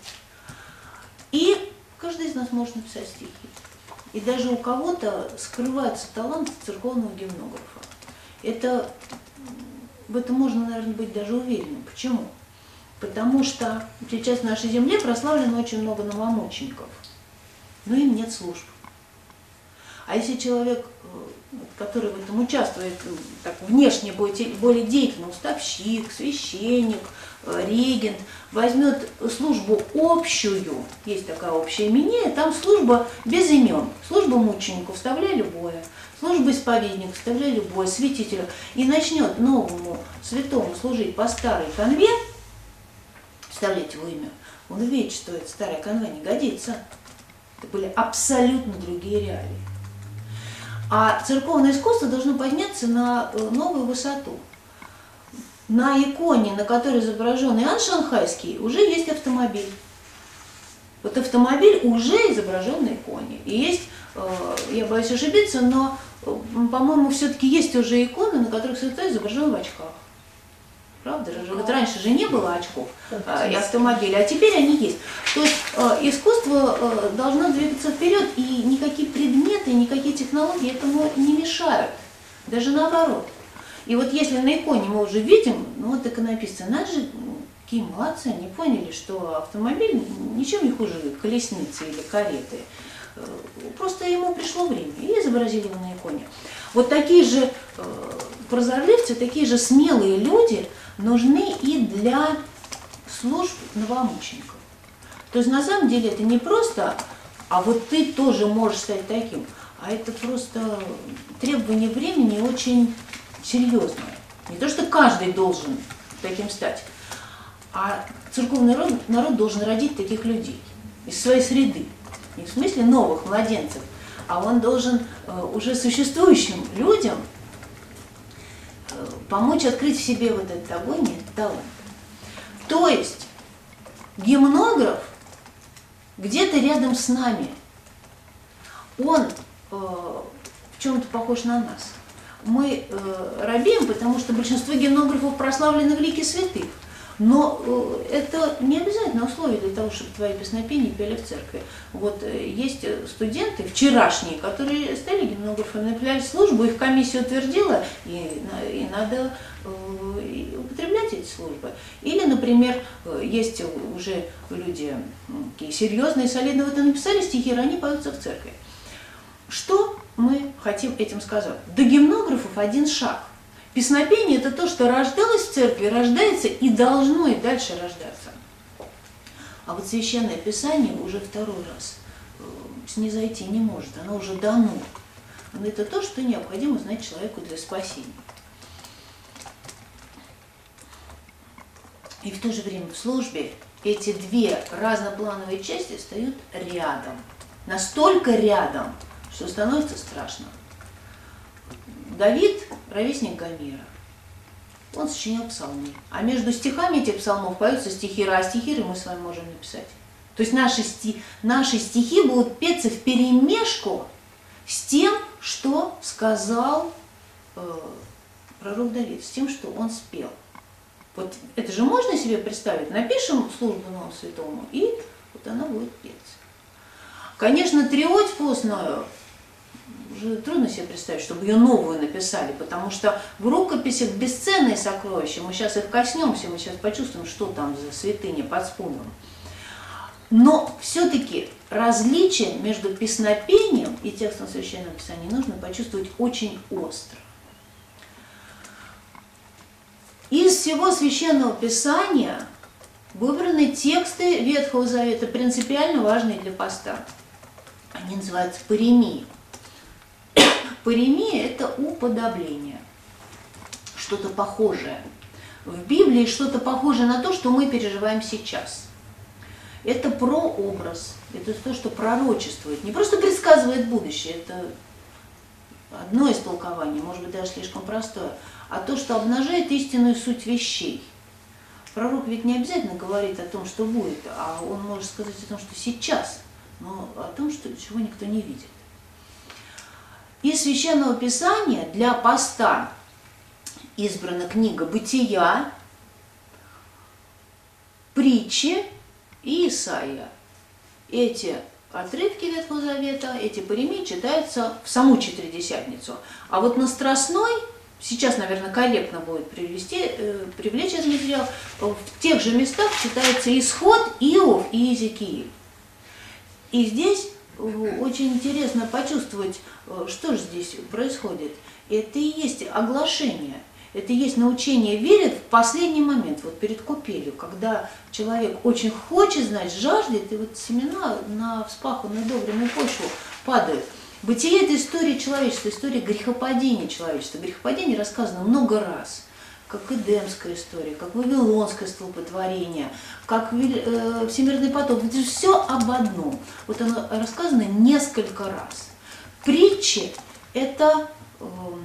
S1: И каждый из нас может написать стихи. И даже у кого-то скрывается талант церковного гимнографа. Это, в этом можно, наверное, быть даже уверенным. Почему? Потому что сейчас в нашей земле прославлено очень много новомучеников, но им нет служб. А если человек, который в этом участвует, так внешне более деятельно, уставщик, священник, регент, возьмет службу общую, есть такая общая имения, там служба без имен, служба мученику, вставляй любое, служба исповедника, вставляй любое, святителю, и начнет новому святому служить по старой канве, вставлять его имя, он увидит, что эта старая канва не годится. Это были абсолютно другие реалии. А церковное искусство должно подняться на новую высоту. На иконе, на которой изображен Иоанн Шанхайский, уже есть автомобиль. Вот автомобиль уже изображен на иконе. И есть, я боюсь ошибиться, но, по-моему, все-таки есть уже иконы, на которых святой изображен в очках. Правда же? Вот раньше же не было очков и автомобилей, а теперь они есть. То есть э, искусство э, должно двигаться вперед, и никакие предметы, никакие технологии этому не мешают. Даже наоборот. И вот если на иконе мы уже видим, ну вот иконописцы, нас же, какие молодцы, они поняли, что автомобиль ничем не хуже колесницы или кареты. Просто ему пришло время, и изобразили его на иконе. Вот такие же э, прозорливцы, такие же смелые люди нужны и для служб новомучеников. То есть на самом деле это не просто, а вот ты тоже можешь стать таким, а это просто требование времени очень серьезное. Не то, что каждый должен таким стать, а церковный народ, народ должен родить таких людей из своей среды. Не в смысле новых младенцев, а он должен э, уже существующим людям э, помочь открыть в себе вот этот огонь и этот талант. То есть гимнограф где-то рядом с нами. Он э, в чем-то похож на нас. Мы э, робеем, потому что большинство гимнографов прославлены в лике святых. Но это не обязательно условие для того, чтобы твои песнопения пели в церкви. Вот есть студенты вчерашние, которые стали гимнографами, написали службу, их комиссия утвердила, и, и надо э, употреблять эти службы. Или, например, есть уже люди такие серьезные, солидные, вот написали стихи, они поются в церкви. Что мы хотим этим сказать? До гимнографов один шаг. Песнопение – это то, что рождалось в церкви, рождается и должно и дальше рождаться. А вот Священное Писание уже второй раз снизойти не может, оно уже дано. Но это то, что необходимо знать человеку для спасения. И в то же время в службе эти две разноплановые части встают рядом. Настолько рядом, что становится страшно. Давид – ровесник Гомера. Он сочинял псалмы. А между стихами этих псалмов поются стихиры, а стихиры мы с вами можем написать. То есть наши, сти, наши стихи будут петься вперемешку с тем, что сказал э, пророк Давид, с тем, что он спел. Вот это же можно себе представить? Напишем службу Новому Святому, и вот она будет петься. Конечно, триодь постную уже трудно себе представить, чтобы ее новую написали, потому что в рукописях бесценные сокровища. Мы сейчас их коснемся, мы сейчас почувствуем, что там за святыня под спудом. Но все-таки различие между песнопением и текстом Священного Писания нужно почувствовать очень остро. Из всего Священного Писания выбраны тексты Ветхого Завета, принципиально важные для поста. Они называются паремии. Паремия – это уподобление, что-то похожее. В Библии что-то похожее на то, что мы переживаем сейчас. Это прообраз, это то, что пророчествует, не просто предсказывает будущее, это одно из толкований, может быть, даже слишком простое, а то, что обнажает истинную суть вещей. Пророк ведь не обязательно говорит о том, что будет, а он может сказать о том, что сейчас, но о том, что, чего никто не видит. Из Священного Писания для поста избрана книга «Бытия», «Притчи» и «Исаия». Эти отрывки Ветхого Завета, эти паремии читаются в саму Четыредесятницу. А вот на Страстной, сейчас, наверное, корректно будет привести, э, привлечь этот материал, в тех же местах читается Исход, Иов и Иезекииль. И здесь очень интересно почувствовать, что же здесь происходит. Это и есть оглашение, это и есть научение верить в последний момент, вот перед купелью, когда человек очень хочет знать, жаждет, и вот семена на вспаханную добрую почву падают. Бытие – это история человечества, история грехопадения человечества. Грехопадение рассказано много раз. Как Эдемская история, как Вавилонское столпотворение, как э, Всемирный потоп. Это все об одном. Вот оно рассказано несколько раз. Притчи – это э,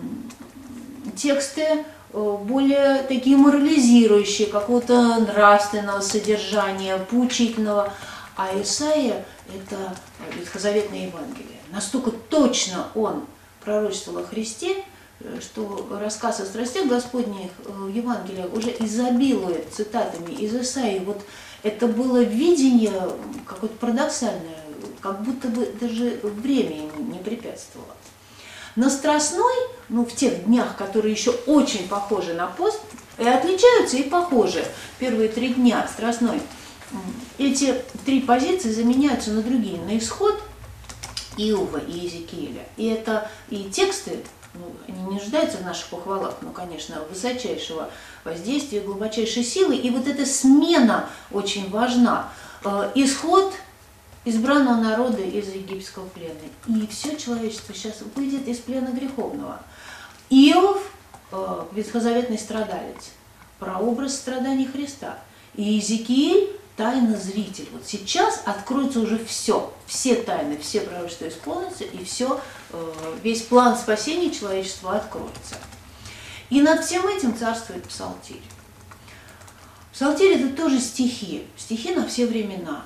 S1: тексты э, более такие морализирующие, какого-то нравственного содержания, поучительного. А Исаия – это ветхозаветное Евангелие. Настолько точно он пророчествовал о Христе, что рассказ о страстях Господних в Евангелии уже изобилует цитатами из Исаии. Вот это было видение какое-то парадоксальное, как будто бы даже время ему не препятствовало. На Страстной, ну в тех днях, которые еще очень похожи на пост, и отличаются, и похожи, первые три дня Страстной, эти три позиции заменяются на другие, на Исход, Иова и Иезекииля. И это и тексты, ну, они не нуждаются в наших похвалах, но, конечно, высочайшего воздействия, глубочайшей силы. И вот эта смена очень важна. Исход избранного народа из египетского плена. И все человечество сейчас выйдет из плена греховного. Иов, ветхозаветный страдалец, прообраз страданий Христа. И Иезекииль, тайна зритель. Вот сейчас откроется уже все, все тайны, все пророчества исполнятся, и все, весь план спасения человечества откроется. И над всем этим царствует псалтирь. Псалтирь – это тоже стихи, стихи на все времена.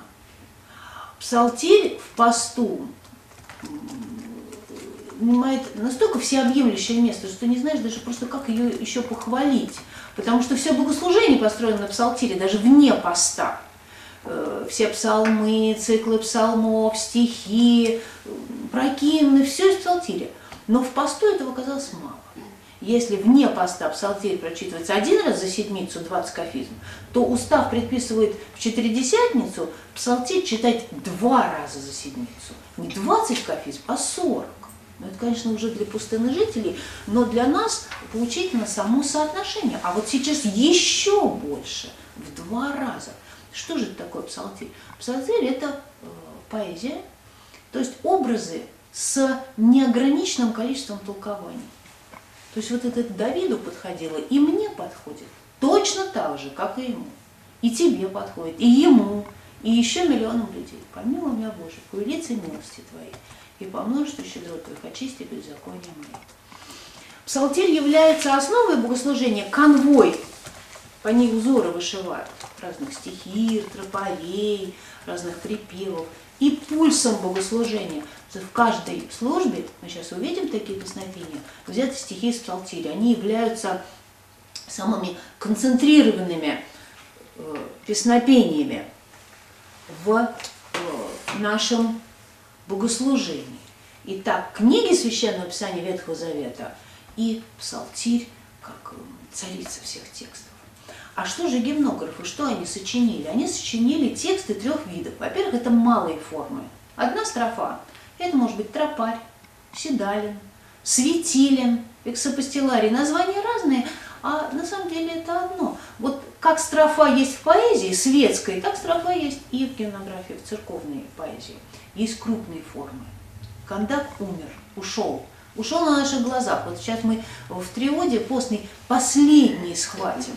S1: Псалтирь в посту занимает настолько всеобъемлющее место, что не знаешь даже просто, как ее еще похвалить. Потому что все богослужение построено на псалтире, даже вне поста. Все псалмы, циклы псалмов, стихи, прокимны, все из псалтиря. Но в посту этого оказалось мало. Если вне поста псалтирь прочитывается один раз за седмицу, двадцать кафизм, то устав предписывает в Четыредесятницу псалтирь читать два раза за седмицу. Не двадцать кафизм, а сорок. Ну, это, конечно, уже для пустынножителей, но для нас поучительно само соотношение. А вот сейчас еще больше, в два раза. Что же это такое псалтирь? Псалтирь – это э, поэзия, то есть образы с неограниченным количеством толкований. То есть вот это Давиду подходило, и мне подходит точно так же, как и ему. И тебе подходит, и ему, и еще миллионам людей. Помилуй меня, Боже, по велице милости Твоей, и по множеству щедрот Твоих очисти беззакония мои. Псалтирь является основой богослужения, конвой. По ней узоры вышивают разных стихир, тропарей, разных припевов. И пульсом богослужения. В каждой службе, мы сейчас увидим такие песнопения, взяты стихи из псалтиря. Они являются самыми концентрированными э, песнопениями в э, нашем богослужении. Итак, книги Священного Писания Ветхого Завета и псалтирь как царица всех текстов. А что же гимнографы, что они сочинили? Они сочинили тексты трех видов. Во-первых, это малые формы. Одна строфа. Это может быть тропарь, седалин, светилен, эксапостиларий. Названия разные, а на самом деле это одно. Вот как строфа есть в поэзии светской, так строфа есть и в гимнографии, в церковной поэзии. Есть крупные формы. Кондак умер, ушел. Ушел на наших глазах. Вот сейчас мы в триоде постный последний схватим.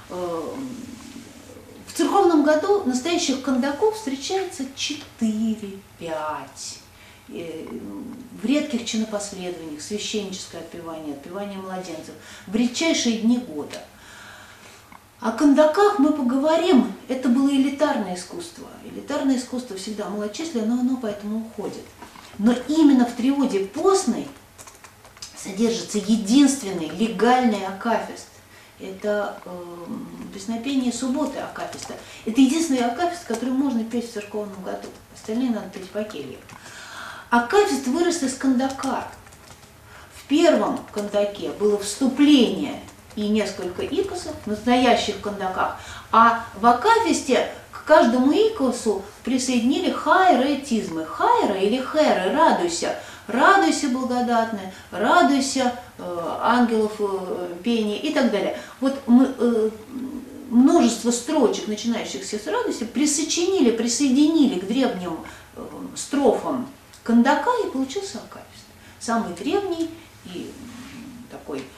S1: В церковном году настоящих кондаков встречается четыре-пять. В редких чинопоследованиях священническое отпевание, отпевание младенцев, в редчайшие дни года. О кондаках мы поговорим. Это было элитарное искусство. Элитарное искусство всегда малочисленное, но оно поэтому уходит. Но именно в триоде постной содержится единственный легальный акафист. Это э, песнопение субботы акафиста. Это единственный акафист, который можно петь в церковном году. Остальные надо петь по кельям. Акафист вырос из кандака. В первом кандаке было вступление и несколько икосов, в настоящих кандаках. А в акафисте к каждому икосу присоединили хайретизмы. Хайра или хэры, радуйся. Радуйся, благодатная, радуйся, э, ангелов э, пение и так далее. Вот мы, э, множество строчек, начинающихся с радости, присочинили, присоединили к древним э, строфам кандака, и получился акафист. Самый древний и такой э,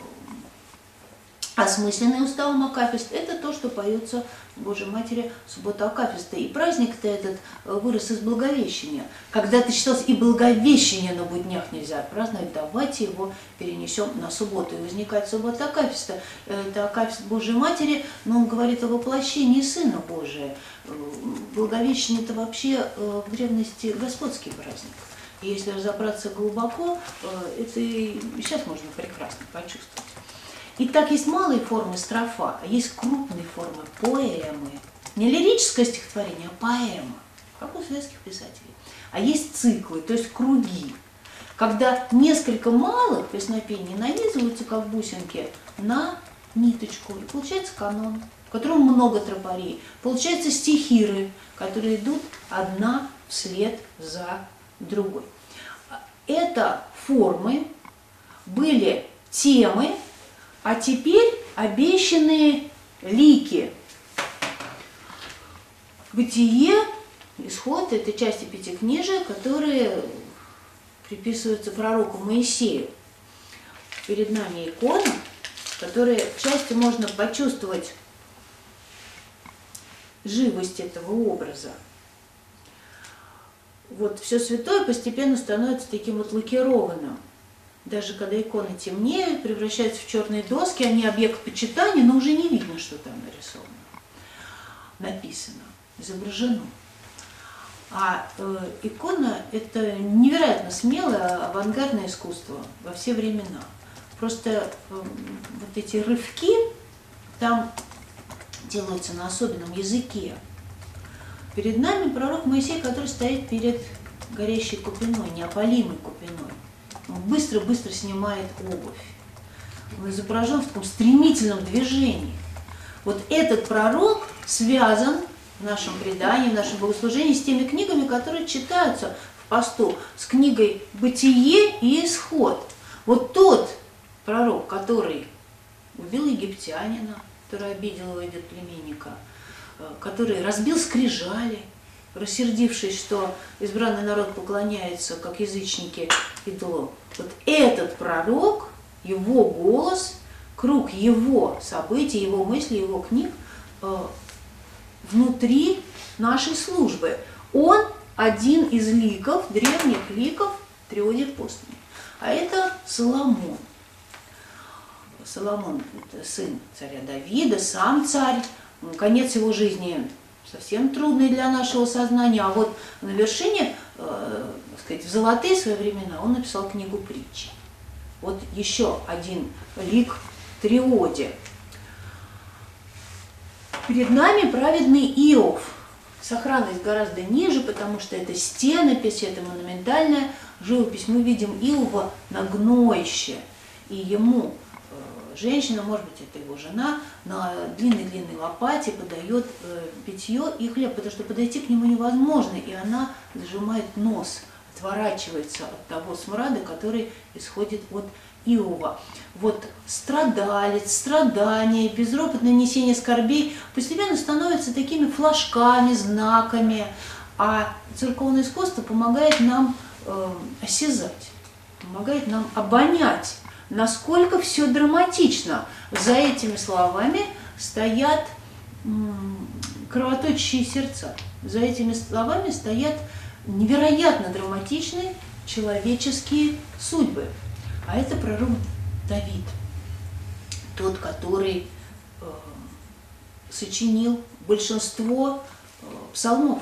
S1: осмысленный уставом акафист – это то, что поется Божьей Матери суббота акафиста. И праздник-то этот вырос из Благовещения. Когда-то считалось, и Благовещение на буднях нельзя праздновать, давайте его перенесем на субботу. И возникает суббота акафиста. Это акафист Божьей Матери, но он говорит о воплощении Сына Божия. Благовещение – это вообще в древности господский праздник. И если разобраться глубоко, это и сейчас можно прекрасно почувствовать. Итак, есть малые формы строфа, а есть крупные формы поэмы. Не лирическое стихотворение, а поэма, как у светских писателей. А есть циклы, то есть круги, когда несколько малых песнопений нанизываются, как бусинки, на ниточку. И получается канон, в котором много тропарей. Получаются стихиры, которые идут одна вслед за другой. Это формы, были темы, а теперь обещанные лики. Бытие, Исход – это части Пятикнижия, которые приписываются пророку Моисею. Перед нами икона, в которой в части можно почувствовать живость этого образа. Вот все святое постепенно становится таким вот лакированным. Даже когда иконы темнеют, превращаются в черные доски, они объект почитания, но уже не видно, что там нарисовано, написано, изображено. А э, икона – это невероятно смелое авангардное искусство во все времена. Просто э, вот эти рывки там делаются на особенном языке. Перед нами пророк Моисей, который стоит перед горящей купиной, неопалимой купиной. Он быстро-быстро снимает обувь. Он изображен в таком стремительном движении. Вот этот пророк связан в нашем предании, в нашем богослужении с теми книгами, которые читаются в посту с книгой «Бытие» и «Исход». Вот тот пророк, который убил египтянина, который обидел его идолоплеменника, который разбил скрижали, рассердившись, что избранный народ поклоняется, как язычники, идолу. Вот этот пророк, его голос, круг его событий, его мыслей, его книг э, внутри нашей службы. Он один из ликов, древних ликов Триодия Постной. А это Соломон. Соломон – это сын царя Давида, сам царь. Конец его жизни совсем трудный для нашего сознания. А вот на вершине, э, так сказать, в золотые свои времена он написал книгу притчи. Вот еще один лик Триоди. Перед нами праведный Иов. Сохранность гораздо ниже, потому что это стенопись, это монументальная живопись. Мы видим Иова на гноище, и ему женщина, может быть, это его жена, на длинной-длинной лопате подает э, питье и хлеб, потому что подойти к нему невозможно, и она зажимает нос, отворачивается от того смрада, который исходит от Иова. Вот страдалец, страдания, безропотное несение скорбей постепенно становятся такими флажками, знаками, а церковное искусство помогает нам э, осязать, помогает нам обонять, насколько все драматично. За этими словами стоят кровоточащие сердца. За этими словами стоят невероятно драматичные человеческие судьбы. А это пророк Давид, тот, который э, сочинил большинство э, псалмов.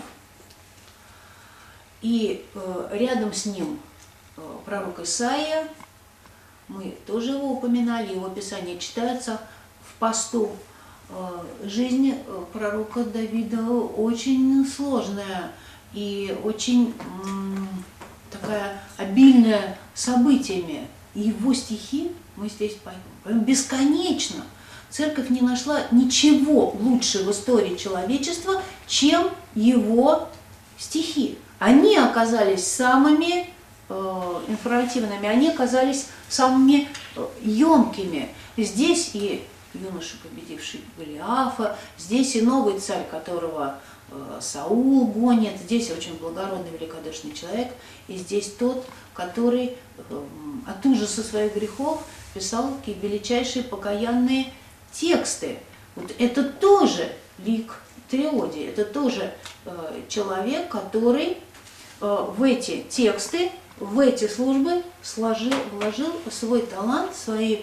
S1: И э, рядом с ним э, пророк Исаия. Мы тоже его упоминали, его писания читаются в посту. Жизнь пророка Давида очень сложная и очень такая обильная событиями. И его стихи мы здесь поем бесконечно. Церковь не нашла ничего лучше в истории человечества, чем его стихи. Они оказались самыми информативными, они оказались самыми емкими. Здесь и юноша, победивший Голиафа, здесь и новый царь, которого Саул гонит, здесь очень благородный, великодушный человек, и здесь тот, который от ужаса своих грехов писал такие величайшие покаянные тексты. Вот это тоже лик Триодии, это тоже человек, который в эти тексты, в эти службы сложил, вложил свой талант, свои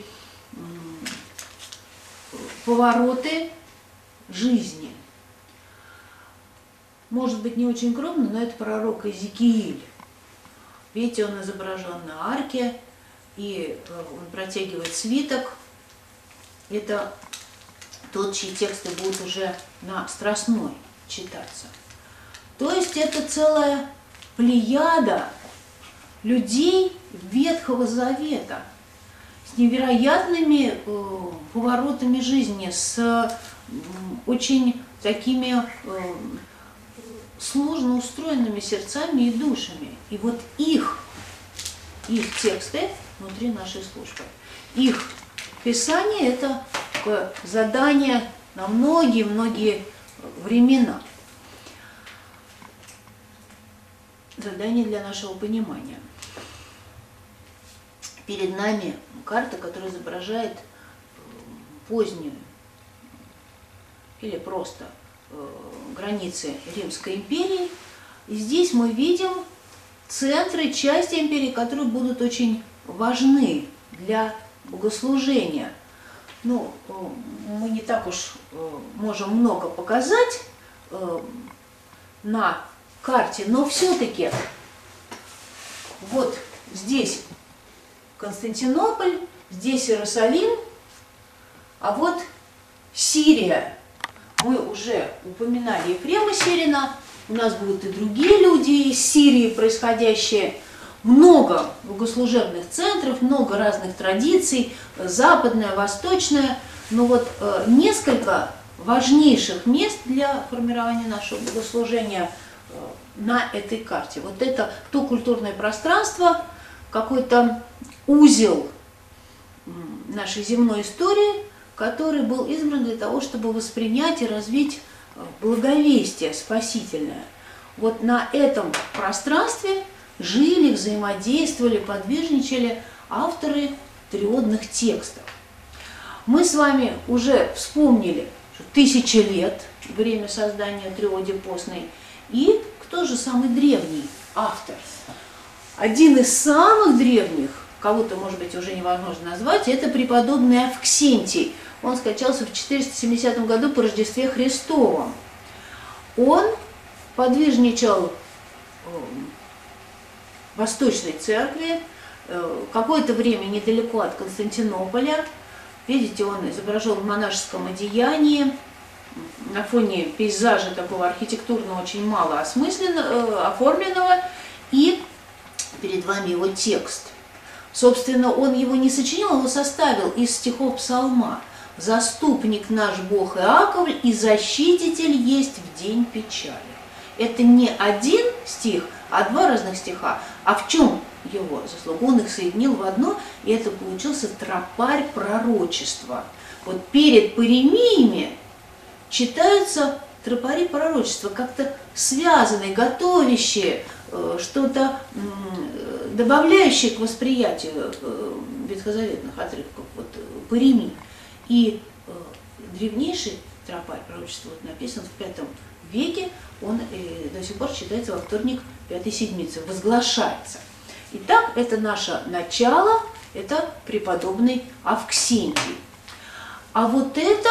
S1: повороты жизни. Может быть, не очень крупно, но это пророк Иезекииль. Видите, он изображен на арке, и он протягивает свиток. Это тот, чьи тексты будут уже на Страстной читаться. То есть это целая плеяда людей Ветхого Завета с невероятными э, поворотами жизни, с э, очень такими э, сложно устроенными сердцами и душами. И вот их, их тексты внутри нашей службы, их писание – это такое задание на многие-многие времена. Задание для нашего понимания. Перед нами карта, которая изображает позднюю или просто границы Римской империи. И здесь мы видим центры, части империи, которые будут очень важны для богослужения. Ну, мы не так уж можем много показать на карте, но все-таки вот здесь Константинополь, здесь Иерусалим, а вот Сирия. Мы уже упоминали Ефрема Сирина, у нас будут и другие люди из Сирии происходящие. Много богослужебных центров, много разных традиций, западная, восточная, но вот э, несколько важнейших мест для формирования нашего богослужения на этой карте. Вот это то культурное пространство, какой-то узел нашей земной истории, который был избран для того, чтобы воспринять и развить благовестие спасительное. Вот на этом пространстве жили, взаимодействовали, подвижничали авторы триодных текстов. Мы с вами уже вспомнили, что тысячи лет время создания триоди постной, и кто же самый древний автор? Один из самых древних, кого-то, может быть, уже невозможно назвать, это преподобный Авксентий. Он скончался в четыреста семидесятом году по Рождестве Христовом. Он подвижничал в Восточной Церкви, какое-то время недалеко от Константинополя. Видите, он изображен в монашеском одеянии, на фоне пейзажа такого архитектурно очень мало осмысленного, оформленного, и перед вами его текст. Собственно, он его не сочинил, его составил из стихов псалма. «Заступник наш Бог Иаковль, и защититель есть в день печали». Это не один стих, а два разных стиха. А в чем его заслуга? Он их соединил в одно, и это получился тропарь пророчества. Вот перед паремиями читаются тропари пророчества, как-то связанные, готовящие, что-то добавляющее к восприятию ветхозаветных отрывков, вот, паремий. И древнейший тропарь пророчества вот, написан в пятом веке, он э, до сих пор считается во вторник пятой седмицы, возглашается. Итак, это наше начало, это преподобный Авксентий. А вот это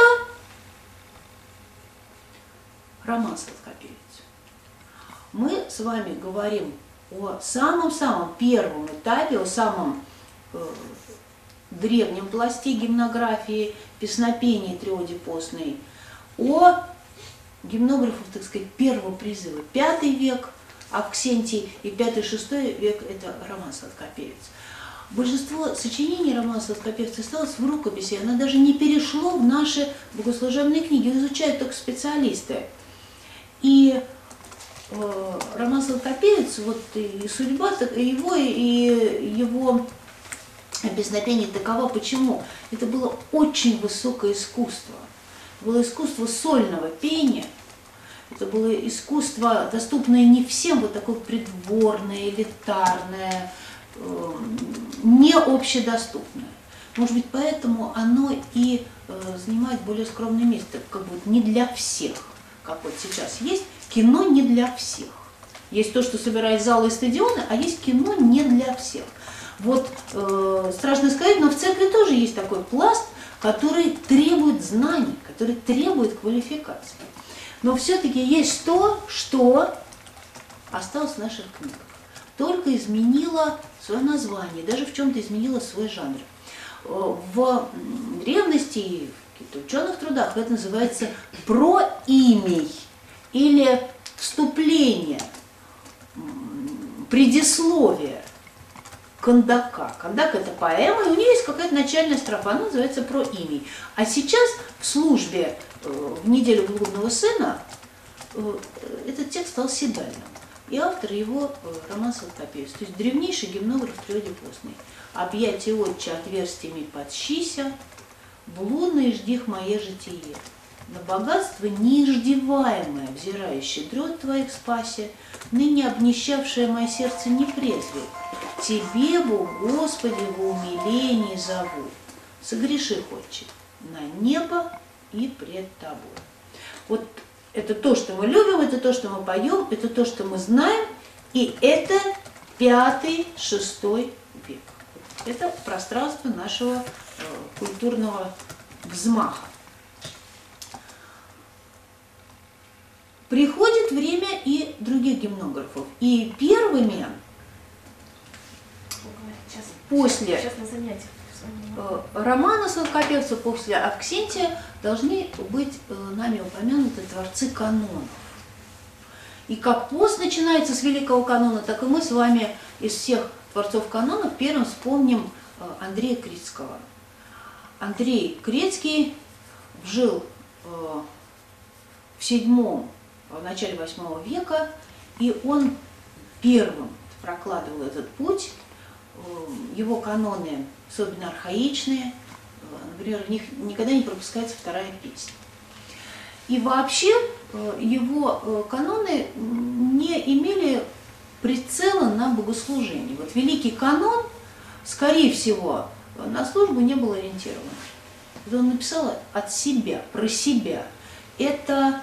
S1: Роман Сладкоперец. Мы с вами говорим о самом-самом первом этапе, о самом э, древнем пласте гимнографии, песнопении триоди постной, о гимнографов, так сказать, первого призыва. Пятый век Авксентий и пятый-шестой век – это Роман Сладкоперец. Большинство сочинений Романа Сладкоперца осталось в рукописи, оно даже не перешло в наши богослужебные книги, изучают только специалисты. И э, Роман Сладкоперец, вот и судьба его, и его песнопение такова. Почему? Это было очень высокое искусство. Это было искусство сольного пения. Это было искусство, доступное не всем, вот такое придворное, элитарное, э, не общедоступное. Может быть, поэтому оно и э, занимает более скромное место, как бы не для всех, как вот сейчас есть. Кино не для всех. Есть то, что собирает залы и стадионы, а есть кино не для всех. Вот э, страшно сказать, но в церкви тоже есть такой пласт, который требует знаний, который требует квалификации. Но все-таки есть то, что осталось в наших книгах. Только изменило свое название, даже в чем-то изменило свой жанр. В древности и в каких-то ученых трудах это называется проимей или вступление, предисловие Кандака. Кандак – это поэма, и у нее есть какая-то начальная строфа, она называется проимей. А сейчас в службе в неделю блудного сына этот текст стал седальным. И автор его Роман Сладкоперец, то есть древнейший гимнограф триоди постной. «Объятие отче отверстиями подщися, блудное ждих мое житие. На богатство неиждеваемое, взирающее дрот твоих спаси, ныне обнищавшее мое сердце не презвей. Тебе, Бог, Господи, в умилении зову. Согреши, отче, на небо и пред тобой». Вот это то, что мы любим, это то, что мы поем, это то, что мы знаем, и это пятый-шестой век. Это пространство нашего э, культурного взмаха. Приходит время и других гимнографов. И первыми сейчас, после сейчас на занятиях. Романа Сладкоперца, после Авксентия, должны быть нами упомянуты творцы канонов. И как пост начинается с великого канона, так и мы с вами из всех творцов канонов первым вспомним Андрея Критского. Андрей Критский жил в седьмом, в начале восьмого века, И он первым прокладывал этот путь. Его каноны особенно архаичные, например, в них никогда не пропускается вторая песня. И вообще его каноны не имели прицела на богослужение. Вот великий канон, скорее всего, на службу не был ориентирован. Это он написал от себя, про себя. Это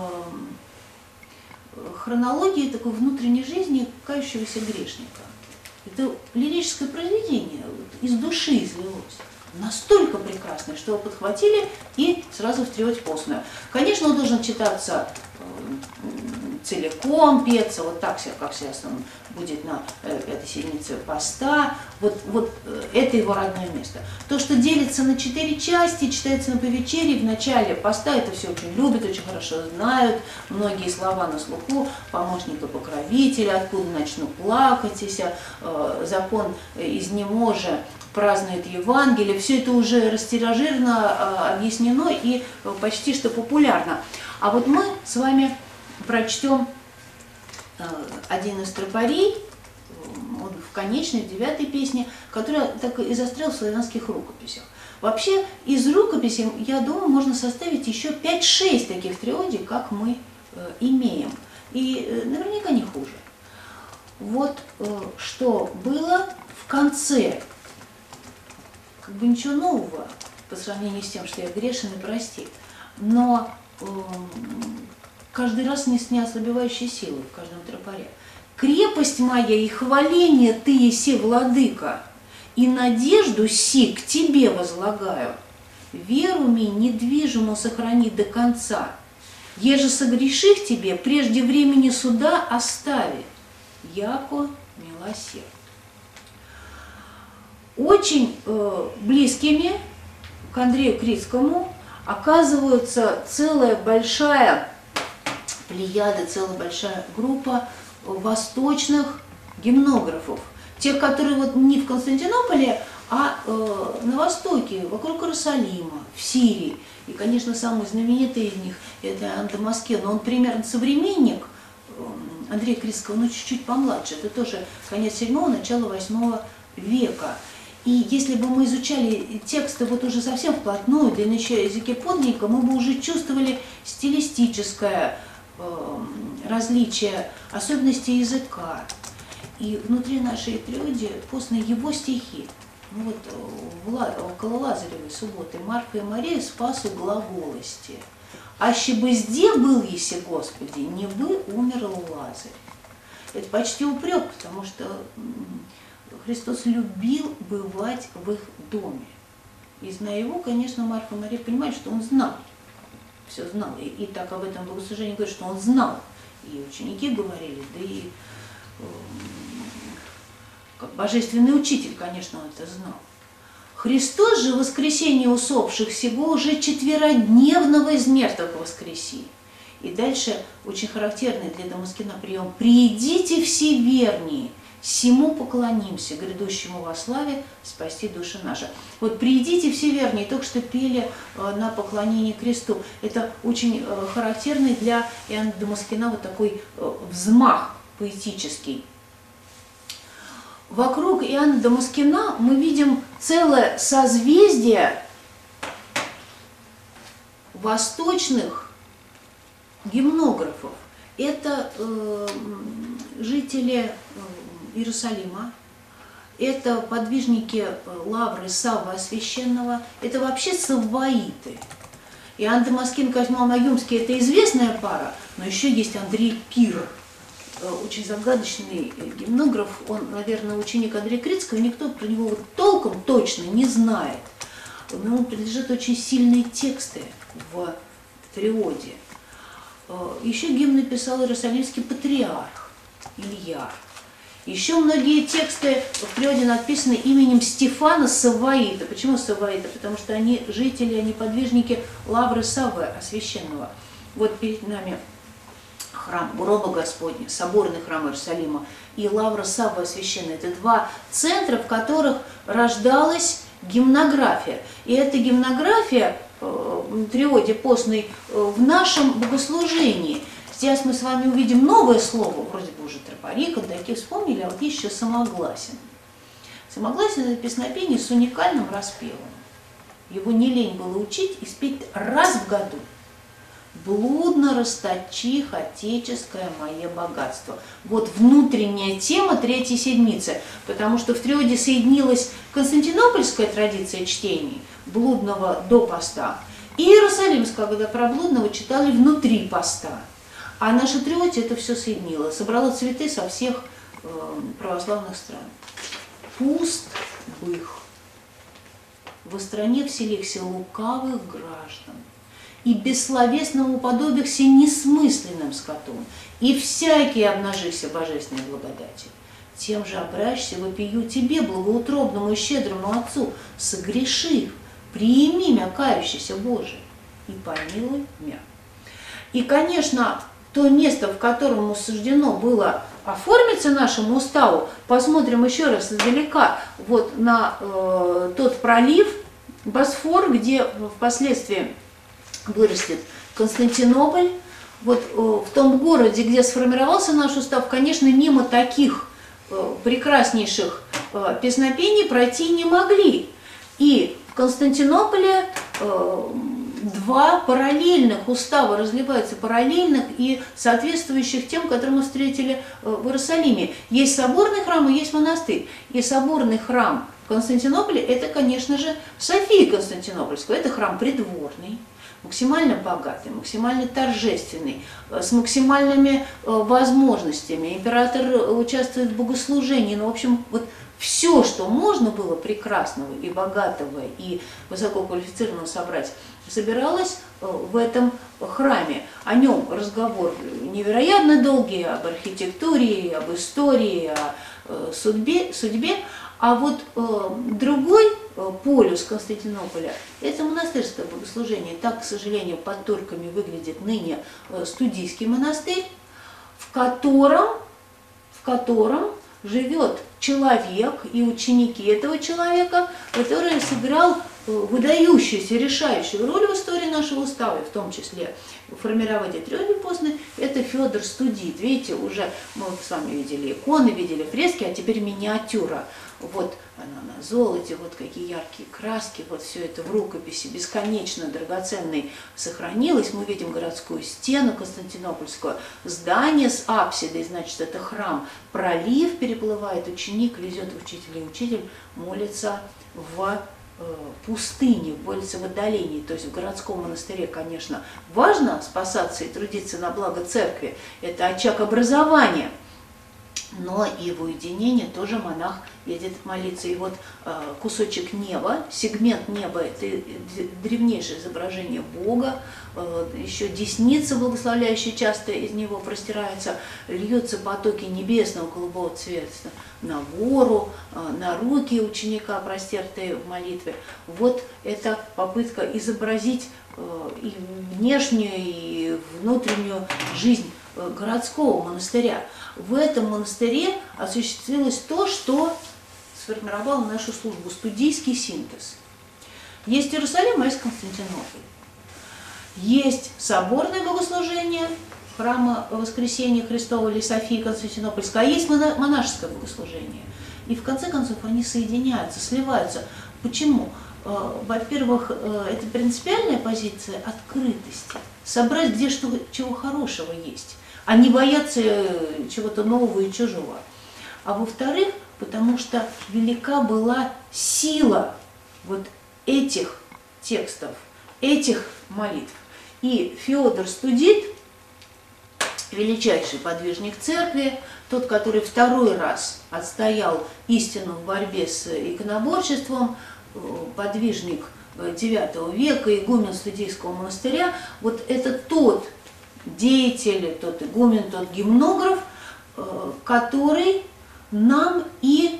S1: э, хронология такой внутренней жизни кающегося грешника. Это лирическое произведение, из души излилось. Настолько прекрасное, что его подхватили и сразу в трёть постную. Конечно, он должен читаться э, целиком, петься, вот так, как сейчас он будет на э, пятой седмице поста. Вот, вот э, это его родное место. То, что делится на четыре части, читается на повечерии, в начале поста, это все очень любят, очень хорошо знают. Многие слова на слуху: помощника покровителя, откуда начну плакатися, э, закон изнеможа, празднует Евангелие, все это уже растиражировано, объяснено и почти что популярно. А вот мы с вами прочтем один из тропарей, он в конечной, в девятой песне, которая так и застрял в славянских рукописях. Вообще из рукописей, я думаю, можно составить еще пять-шесть таких триодий, как мы имеем. И наверняка не хуже. Вот что было в конце. Как бы ничего нового по сравнению с тем, что я грешен и простит, но э, каждый раз не с неослабевающей силой в каждом тропаре. Крепость моя и хваление ты еси, владыка, и надежду си к тебе возлагаю. Веру ми недвижимо сохрани до конца. Еже согреших тебе, прежде времени суда остави, яко милосерд. Очень э, близкими к Андрею Критскому оказывается целая большая плеяда, целая большая группа восточных гимнографов. Тех, которые вот не в Константинополе, а э, на востоке, вокруг Иерусалима, в Сирии. И, конечно, самый знаменитый из них – это Иоанн Дамаскин. Но он примерно современник э, Андрея Критского, но чуть-чуть помладше. Это тоже конец седьмого, начало восьмого века. И если бы мы изучали тексты вот уже совсем вплотную, да и на языке подлинника, мы бы уже чувствовали стилистическое э, различие, особенности языка. И внутри нашей триоди постные его стихи. Ну вот в, около Лазаревой субботы Марфа и Мария спасу глаголости. «Аще бы зде был еси, Господи, не бы умерл Лазарь». Это почти упрек, потому что Христос любил бывать в их доме. И зная его, конечно, Марфа и Мария понимают, что он знал, все знал. И, и так об этом богослужении говорит, что он знал. И ученики говорили, да и э, как божественный учитель, конечно, он это знал. Христос же в воскресенье усопших сего уже четверодневного из мертвых воскреси. И дальше очень характерный для Дамаскина прием: «Приидите все вернее, сему поклонимся, грядущему во славе спасти души наши». Вот «приидите все вернее» только что пели на поклонение кресту. Это очень характерный для Иоанна Дамаскина вот такой взмах поэтический. Вокруг Иоанна Дамаскина мы видим целое созвездие восточных гимнографов. Это э, жители Иерусалима, это подвижники лавры Саввы Освященного, это вообще савваиты. Иоанн Дамаскин, Козьма Наюмский – это известная пара, но еще есть Андрей Пир, очень загадочный гимнограф. Он, наверное, ученик Андрея Критского, никто про него вот толком точно не знает. Но ему принадлежат очень сильные тексты в триоде. Еще гимн написал иерусалимский патриарх Илья. Еще многие тексты в триоде написаны именем Стефана Савваита. Почему Савваита? Потому что они жители, они подвижники лавры Саввы Освященного. Вот перед нами храм гроба Господня, соборный храм Иерусалима и лавра Саввы Освященная. Это два центра, в которых рождалась гимнография. И эта гимнография в триоде постной в нашем богослужении. С Сейчас мы с вами увидим новое слово, вроде бы уже тропари, кондаки вспомнили, а вот есть еще самогласен. Самогласен – это песнопение с уникальным распевом. Его не лень было учить и спеть раз в году. «Блудно расточих отеческое мое богатство». Вот внутренняя тема третьей седмицы, потому что в триоде соединилась константинопольская традиция чтений, блудного до поста, и иерусалимская, когда про блудного читали внутри поста. А наша триоде это все соединило, собрала цветы со всех э, православных стран. Пуст бых, во стране вселихся лукавых граждан, и бессловесным уподобихся несмысленным скотом, и всякий обнажихся божественной благодати. Тем же обращься вопию тебе, благоутробному и щедрому Отцу, согрешив, приими мя, кающийся Боже, и помилуй мя. И, конечно, то место, в котором суждено было оформиться нашему уставу, посмотрим еще раз издалека, вот на э, тот пролив Босфор, где впоследствии вырастет Константинополь. Вот э, в том городе, где сформировался наш устав, конечно, мимо таких э, прекраснейших э, песнопений пройти не могли. И в Константинополе э, два параллельных устава разливаются, параллельных и соответствующих тем, которые мы встретили в Иерусалиме. Есть соборный храм и есть монастырь. И соборный храм в Константинополе – это, конечно же, София Константинопольская. Это храм придворный, максимально богатый, максимально торжественный, с максимальными возможностями. Император участвует в богослужении. Ну, в общем, вот все, что можно было прекрасного и богатого и высококвалифицированного собрать, собиралось в этом храме. О нем разговор невероятно долгий, об архитектуре, об истории, о судьбе. судьбе. А вот э, другой э, полюс Константинополя – это монастырское богослужение. Так, к сожалению, под турками выглядит ныне э, студийский монастырь, в котором, в котором живет человек и ученики этого человека, который сыграл выдающуюся, решающую роль в истории нашего устава, в том числе в формировании триоды постной, это Федор Студит. Видите, уже мы с вами видели иконы, видели фрески, а теперь миниатюра. Вот она на золоте, вот какие яркие краски, вот все это в рукописи бесконечно драгоценной сохранилось. Мы видим городскую стену Константинопольскую, здание с апсидой, значит, это храм, пролив переплывает, ученик везет учителя, и учитель молится в пустыне, молится в отдалении, то есть в городском монастыре, конечно, важно спасаться и трудиться на благо церкви, это очаг образования, но и в уединении тоже монах едет молиться. И вот э, кусочек неба, сегмент неба – это древнейшее изображение Бога, э, еще десница, благословляющая, часто из него простирается, льются потоки небесного голубого цвета на гору, э, на руки ученика, простертые в молитве. Вот это попытка изобразить э, и внешнюю, и внутреннюю жизнь э, городского монастыря. В этом монастыре осуществилось то, что сформировало нашу службу, студийский синтез. Есть Иерусалим, а есть Константинополь. Есть соборное богослужение храма Воскресения Христова или Софии Константинопольской, а есть монашеское богослужение. И в конце концов они соединяются, сливаются. Почему? Во-первых, это принципиальная позиция открытости. Собрать, где что, чего хорошего есть, а не бояться чего-то нового и чужого. А во-вторых, потому что велика была сила вот этих текстов, этих молитв. И Феодор Студит, величайший подвижник церкви, тот, который второй раз отстоял истину в борьбе с иконоборчеством, подвижник девятого века, игумен Студийского монастыря, вот это тот деятель, тот игумен, тот гимнограф, который нам и,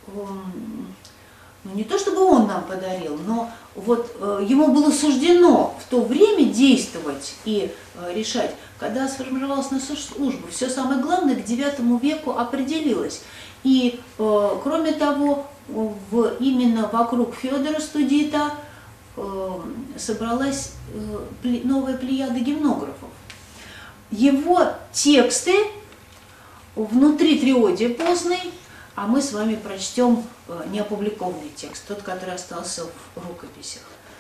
S1: ну не то чтобы он нам подарил, но вот ему было суждено в то время действовать и решать, когда сформировалась наша служба. Все самое главное к девятому веку определилось. И кроме того, в, именно вокруг Федора Студита собралась новая плеяда гимнографов. его тексты внутри триодии постной, а мы с вами прочтем неопубликованный текст, тот, который остался в рукописях.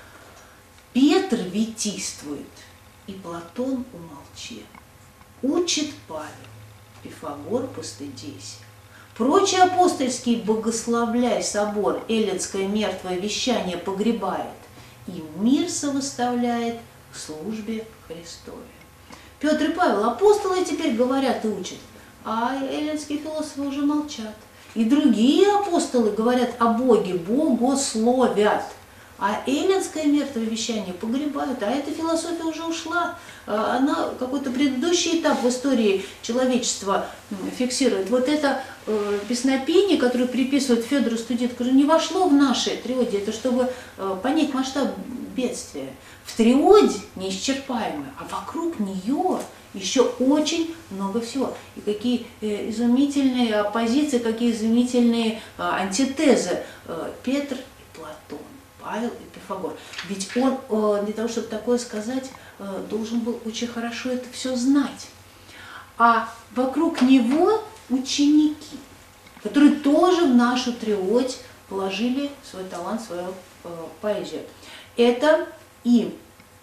S1: Петр витийствует, и Платон умолчи. Учит Павел, Пифагор постыдись. Прочие апостольские богословляй собор, эллинское мертвое вещание погребает, и мир совыставляет к службе Христове. Петр и Павел, апостолы, теперь говорят и учат, а эллинские философы уже молчат. И другие апостолы говорят о Боге, богословят. А эллинское мертвое вещание погребают, а эта философия уже ушла. Она какой-то предыдущий этап в истории человечества фиксирует. Вот это э, песнопение, которое приписывают Федору Студит, которое не вошло в наши триоди, это чтобы э, понять масштаб бедствия. В триоде неисчерпаемое, а вокруг нее еще очень много всего. И какие э, изумительные оппозиции, какие изумительные э, антитезы. Э, Петр и Платон. Павел и Пифагор. Ведь он, для того, чтобы такое сказать, должен был очень хорошо это все знать. А вокруг него ученики, которые тоже в нашу триодь положили свой талант, свою поэзию. Это и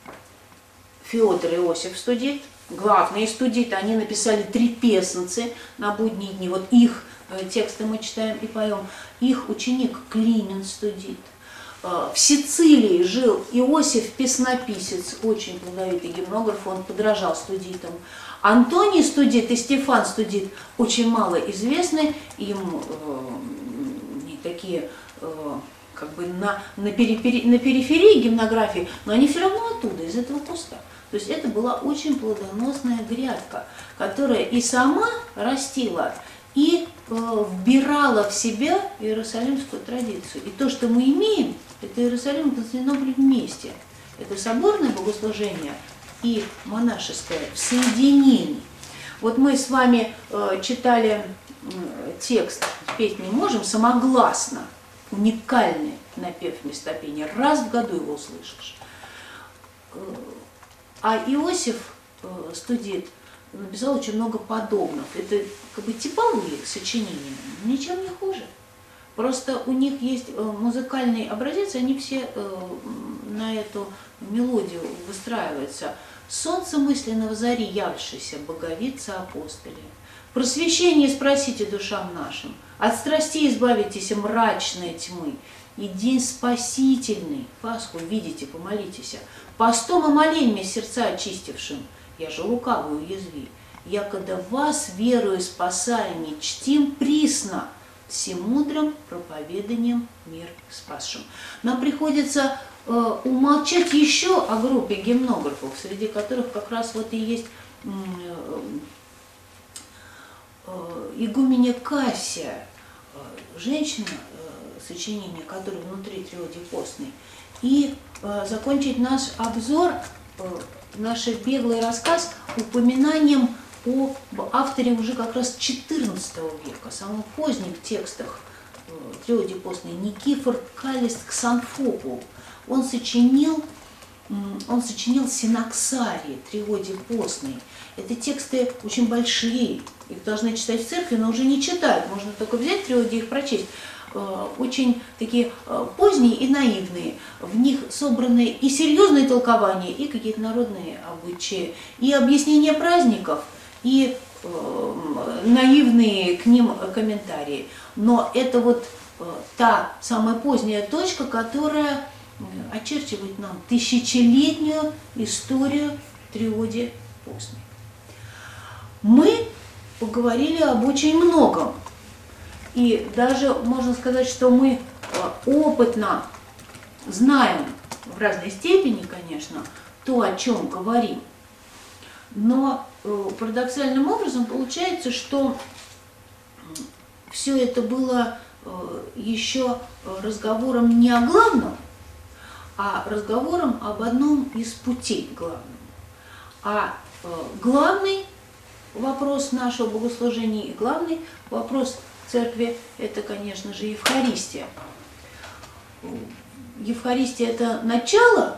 S1: Феодор Иосиф Студит, главные студиты, они написали три песенцы на будние дни. Вот их тексты мы читаем и поем. Их ученик Климент Студит. В Сицилии жил Иосиф Песнописец, очень плодовитый гимнограф, он подражал студитам. Антоний Студит и Стефан Студит очень мало известны, им э, такие э, как бы на, на, перифери, на периферии гимнографии, но они все равно оттуда, из этого куска. То есть это была очень плодоносная грядка, которая и сама растила, и э, вбирала в себя иерусалимскую традицию. И то, что мы имеем, это Иерусалим и Константинополь вместе. Это соборное богослужение и монашеское в соединении. Вот мы с вами э, читали э, текст «Петь не можем» самогласно, уникальный напев местопения. Раз в году его услышишь. А Иосиф э, Студит написал очень много подобных. Это как бы типовые сочинения, ничем не хуже. Просто у них есть музыкальный образец, они все на эту мелодию выстраиваются. «Солнце мысленного зари, явшееся, боговица апостоле. Просвещение спросите душам нашим, от страстей избавитесь мрачной тьмы. И день спасительный, Пасху видите, помолитесь, постом и моленьми сердца очистившим, я же лукавый уязви, якогда вас, верою спасаемый, чтим присно, всемудрым проповеданием мир спасшим». Нам приходится э, умолчать еще о группе гимнографов, среди которых как раз вот и есть э, э, игуменя Кассия, э, женщина, э, сочинение которой внутри триоди постной, и э, закончить наш обзор, э, наш беглый рассказ упоминанием об авторе уже как раз четырнадцатого века, самых поздних текстах э, триоди постной, Никифор Каллист Ксанфопул. Он сочинил, э, он сочинил синаксарии триоди постной. Это тексты очень большие, их должны читать в церкви, но уже не читают, можно только взять триоди и их прочесть. Э, очень такие э, поздние и наивные, в них собраны и серьезные толкования, и какие-то народные обычаи, и объяснения праздников, и э, наивные к ним комментарии. Но это вот э, та самая поздняя точка, которая э, очерчивает нам тысячелетнюю историю триоди постной. Мы поговорили об очень многом. И даже можно сказать, что мы э, опытно знаем в разной степени, конечно, то, о чем говорим. Но э, парадоксальным образом получается, что все это было э, еще разговором не о главном, а разговором об одном из путей главного. А э, главный вопрос нашего богослужения и главный вопрос церкви – это, конечно же, Евхаристия. Евхаристия – это начало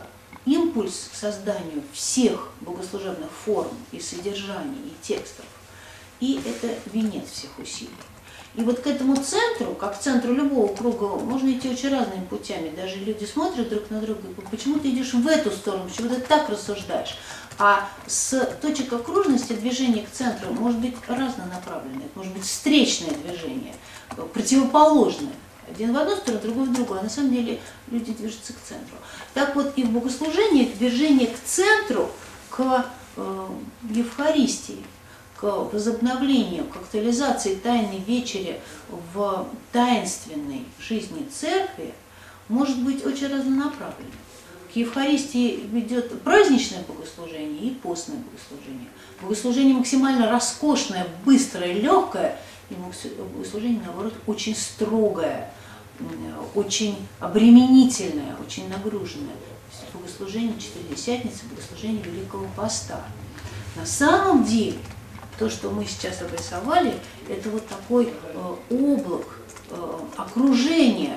S1: импульс к созданию всех богослужебных форм и содержаний, и текстов. И это венец всех усилий. И вот к этому центру, как к центру любого круга, можно идти очень разными путями. Даже люди смотрят друг на друга и говорят: почему ты идешь в эту сторону, почему ты так рассуждаешь? А с точек окружности движение к центру может быть разнонаправленное, это может быть встречное движение, противоположное. Один в одну сторону, другой в другую. А на самом деле люди движутся к центру. Так вот и в богослужении движение к центру, к э, Евхаристии, к возобновлению, к актуализации Тайной Вечери в таинственной жизни Церкви может быть очень разнонаправленным. К Евхаристии ведет праздничное богослужение и постное богослужение. Богослужение максимально роскошное, быстрое, легкое, и богослужение, наоборот, очень строгое, очень обременительное, очень нагруженное. Богослужение Четыредесятницы, богослужение Великого Поста. На самом деле, то, что мы сейчас обрисовали, это вот такой э, облак, э, окружение.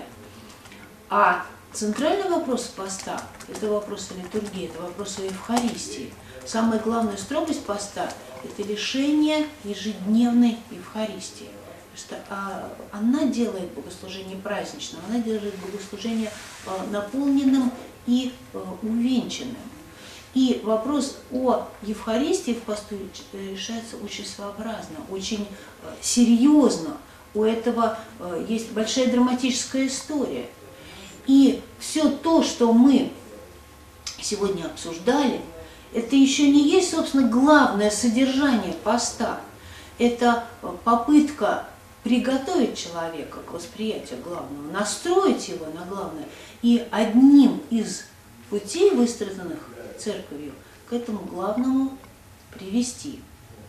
S1: А центральный вопрос поста – это вопрос о литургии, это вопрос о Евхаристии. Самая главная строгость поста – это лишение ежедневной Евхаристии. Потому что а, она делает богослужение праздничным, она делает богослужение а, наполненным и а, увенчанным. И вопрос о Евхаристии в посту решается очень своеобразно, очень а, серьезно. У этого а, есть большая драматическая история. И все то, что мы сегодня обсуждали, это еще не есть, собственно, главное содержание поста. Это попытка приготовить человека к восприятию главного, настроить его на главное. И одним из путей, выстраданных Церковью, к этому главному привести.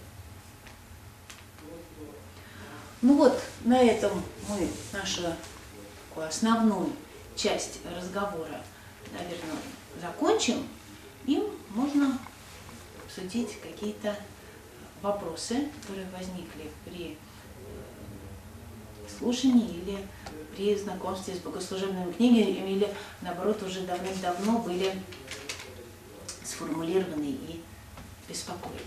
S1: Ну вот, на этом мы нашу такую основную часть разговора, наверное, закончим. И можно обсудить какие-то вопросы, которые возникли при слушании или при знакомстве с богослужебными книгами, или, наоборот, уже давным-давно были сформулированы и беспокоили.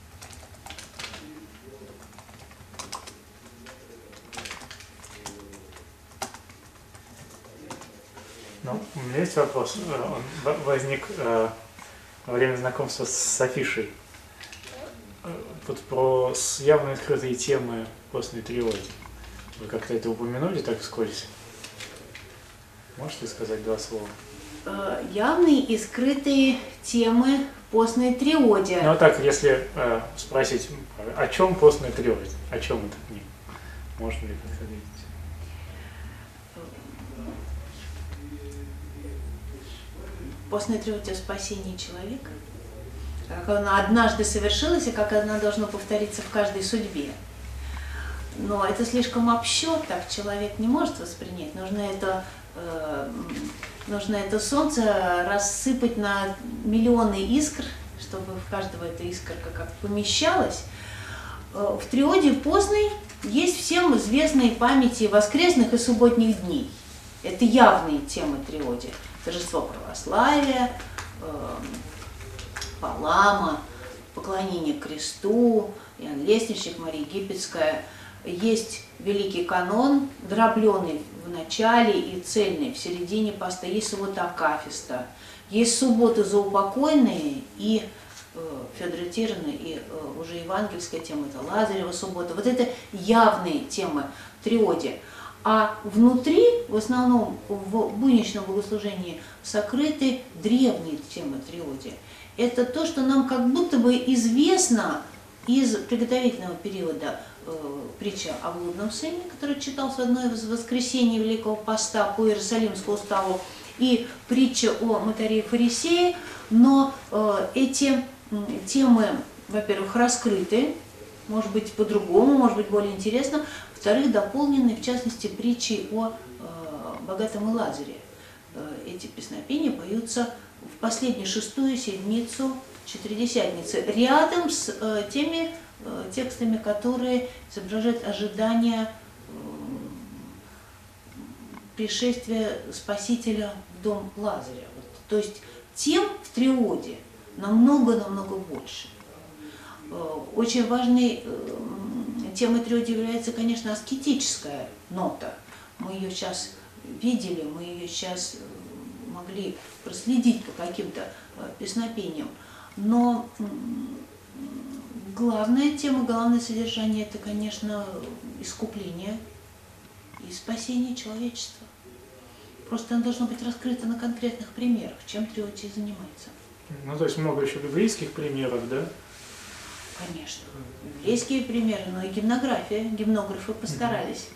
S2: Ну, у меня есть вопрос. Он возник э, во время знакомства с Афишей. Вот про явно открытые темы постной трилогии. Вы как-то это упомянули так вскользь? Можете сказать два слова?
S1: Явные и скрытые темы постной триодии.
S2: Ну, а так, если э, спросить, о чем постная триодия? О чем эта книга? Можно ли как-то ответить?
S1: Постная триодия о спасении человека. Как она однажды совершилась и как она должна повториться в каждой судьбе. Но это слишком общо, так человек не может воспринять. Нужно это, э, нужно это солнце рассыпать на миллионы искр, чтобы в каждого эта искорка как помещалась. В триодии постной есть всем известные памяти воскресных и субботних дней. Это явные темы триодии. Торжество православия, э, Палама, поклонение кресту, Иоанн Лестничник, Мария Египетская. Есть великий канон, дробленый в начале и цельный в середине поста. Есть суббота Акафиста, есть субботы заупокойные и э, Федора Тирина, и э, уже евангельская тема, это Лазарева суббота. Вот это явные темы триодии. А внутри, в основном в будничном богослужении, сокрыты древние темы триодии. Это то, что нам как будто бы известно из приготовительного периода э, притча о блудном сыне, который читался в одно из воскресений Великого Поста по Иерусалимскому уставу, и притча о мытаре и фарисее, но э, эти э, темы, во-первых, раскрыты, может быть, по-другому, может быть, более интересно, во-вторых, дополнены, в частности, притчей о э, богатом и Лазаре. Э, эти песнопения поются в последнюю шестую седмицу Четыредесятницы, рядом с э, теми э, текстами, которые изображают ожидание э, пришествия Спасителя в дом Лазаря. Вот, то есть тем в триоде намного-намного больше. Очень важной темой триоде является, конечно, аскетическая нота. Мы ее сейчас видели, мы ее сейчас могли проследить по каким-то песнопениям. Но главная тема, главное содержание – это, конечно, искупление и спасение человечества. Просто оно должно быть раскрыто на конкретных примерах, чем триоде и занимается.
S2: Ну, то есть много еще библейских примеров, да?
S1: Конечно. Библейские примеры, но и гимнография. Гимнографы постарались.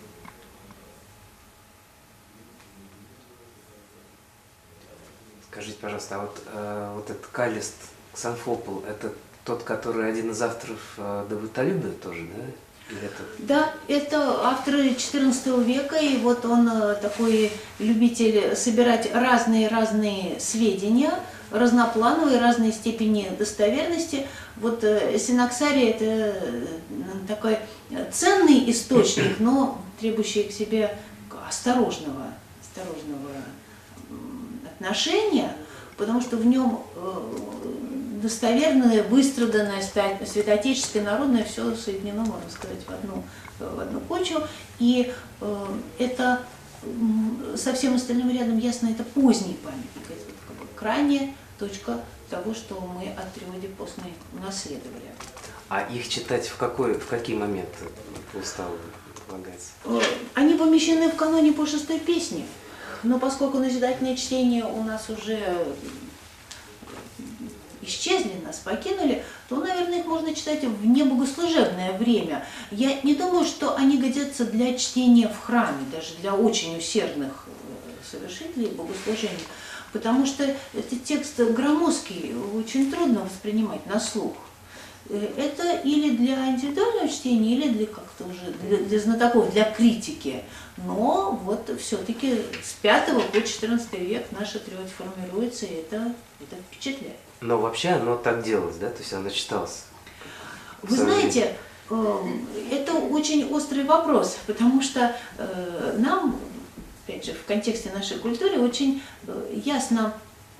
S3: Скажите, пожалуйста, а вот, э, вот этот Каллист Ксанфопол, это тот, который один из авторов э, Давутолюбия тоже, да? Или это...
S1: Да, это авторы четырнадцатого века, и вот он такой любитель собирать разные-разные сведения, разноплановые, разные степени достоверности. Вот Синаксарий – это такой ценный источник, но требующий к себе осторожного, осторожного отношения, потому что в нем достоверное, выстраданное, святоотеческое, народное, все соединено, можно сказать, в одну, в одну кучу. И э, это со всем остальным рядом ясно, это поздний памятник, это как бы крайняя точка того, что мы от триоде постной унаследовали.
S3: А их читать в, какой, в какие моменты по уставу полагается?
S1: Они помещены в каноне по шестой песне, но поскольку назидательное чтение у нас уже исчезли, нас покинули, то, наверное, их можно читать в небогослужебное время. Я не думаю, что они годятся для чтения в храме, даже для очень усердных совершителей богослужений, потому что этот текст громоздкий, очень трудно воспринимать на слух. Это или для индивидуального чтения, или для как-то уже для, для знатоков, для критики. Но вот все-таки с пятого по четырнадцатый век наша триод формируется, и это, это впечатляет.
S3: Но вообще оно так делалось, да? То есть оно читалось?
S1: Вы знаете, это очень острый вопрос, потому что нам, опять же, в контексте нашей культуры очень ясно,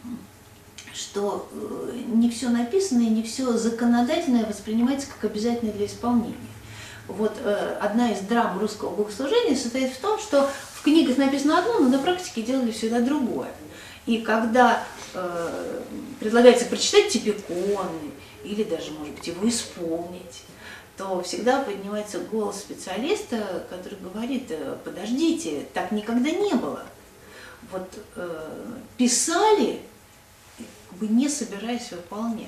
S1: что не все написанное, не все законодательное воспринимается как обязательное для исполнения. Вот одна из драм русского богослужения состоит в том, что в книгах написано одно, но на практике делали всегда другое. И когда э, предлагается прочитать типикон или даже, может быть, его исполнить, то всегда поднимается голос специалиста, который говорит: подождите, так никогда не было. Вот э, писали, как бы не собираясь выполнять.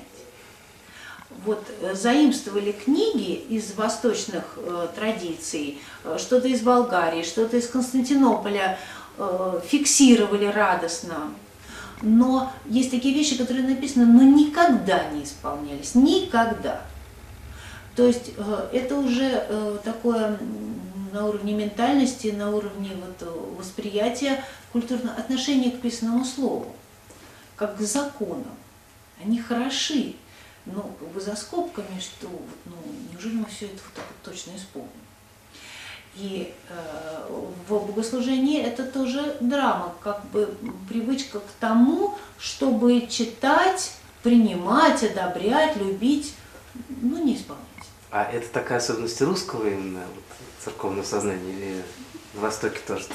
S1: Вот э, заимствовали книги из восточных э, традиций, э, что-то из Болгарии, что-то из Константинополя, э, фиксировали радостно. Но есть такие вещи, которые написаны, но никогда не исполнялись, никогда. То есть э, это уже э, такое на уровне ментальности, на уровне вот, восприятия культурного отношения к писанному слову, как к законам. Они хороши, но как бы за скобками, что ну, неужели мы все это вот так вот точно исполним? И э, в богослужении это тоже драма, как бы привычка к тому, чтобы читать, принимать, одобрять, любить, но не исполнять.
S3: А это такая особенность русского именно вот, церковного сознания или в Востоке тоже?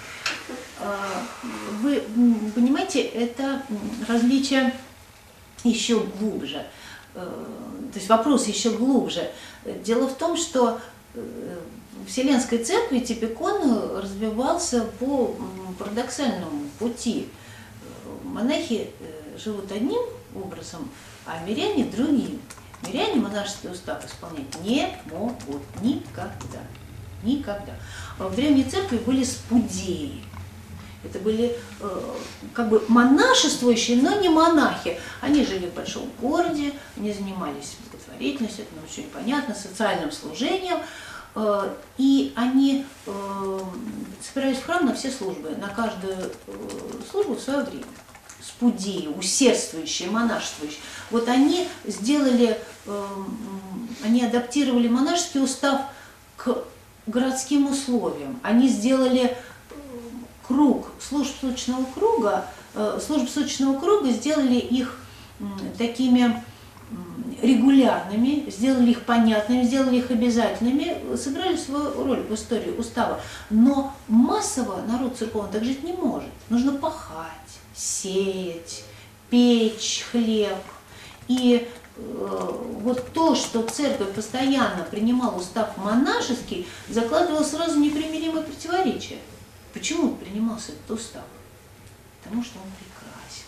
S1: Вы понимаете, это различие еще глубже, то есть вопрос еще глубже. Дело в том, что в Вселенской церкви типикон развивался по парадоксальному пути. Монахи живут одним образом, а миряне другим. Миряне монашеский устав исполнять не могут никогда. Никогда. В Древней Церкви были спудеи. Это были э, как бы монашествующие, но не монахи. Они жили в большом городе, они занимались благотворительностью, это очень понятно, социальным служением. Э, и они э, собирались в храм на все службы, на каждую э, службу в свое время. Спудеи, усердствующие, монашествующие. Вот они сделали, э, они адаптировали монашеский устав к городским условиям. Они сделали круг, служб суточного круга, э, служб суточного круга сделали их э, такими регулярными, сделали их понятными, сделали их обязательными, сыграли свою роль в истории устава. Но массово народ церковный так жить не может. Нужно пахать, сеять, печь хлеб. И э, вот то, что церковь постоянно принимала устав монашеский, закладывало сразу непримиримое противоречие. Почему принимался этот устав? Потому что он прекрасен.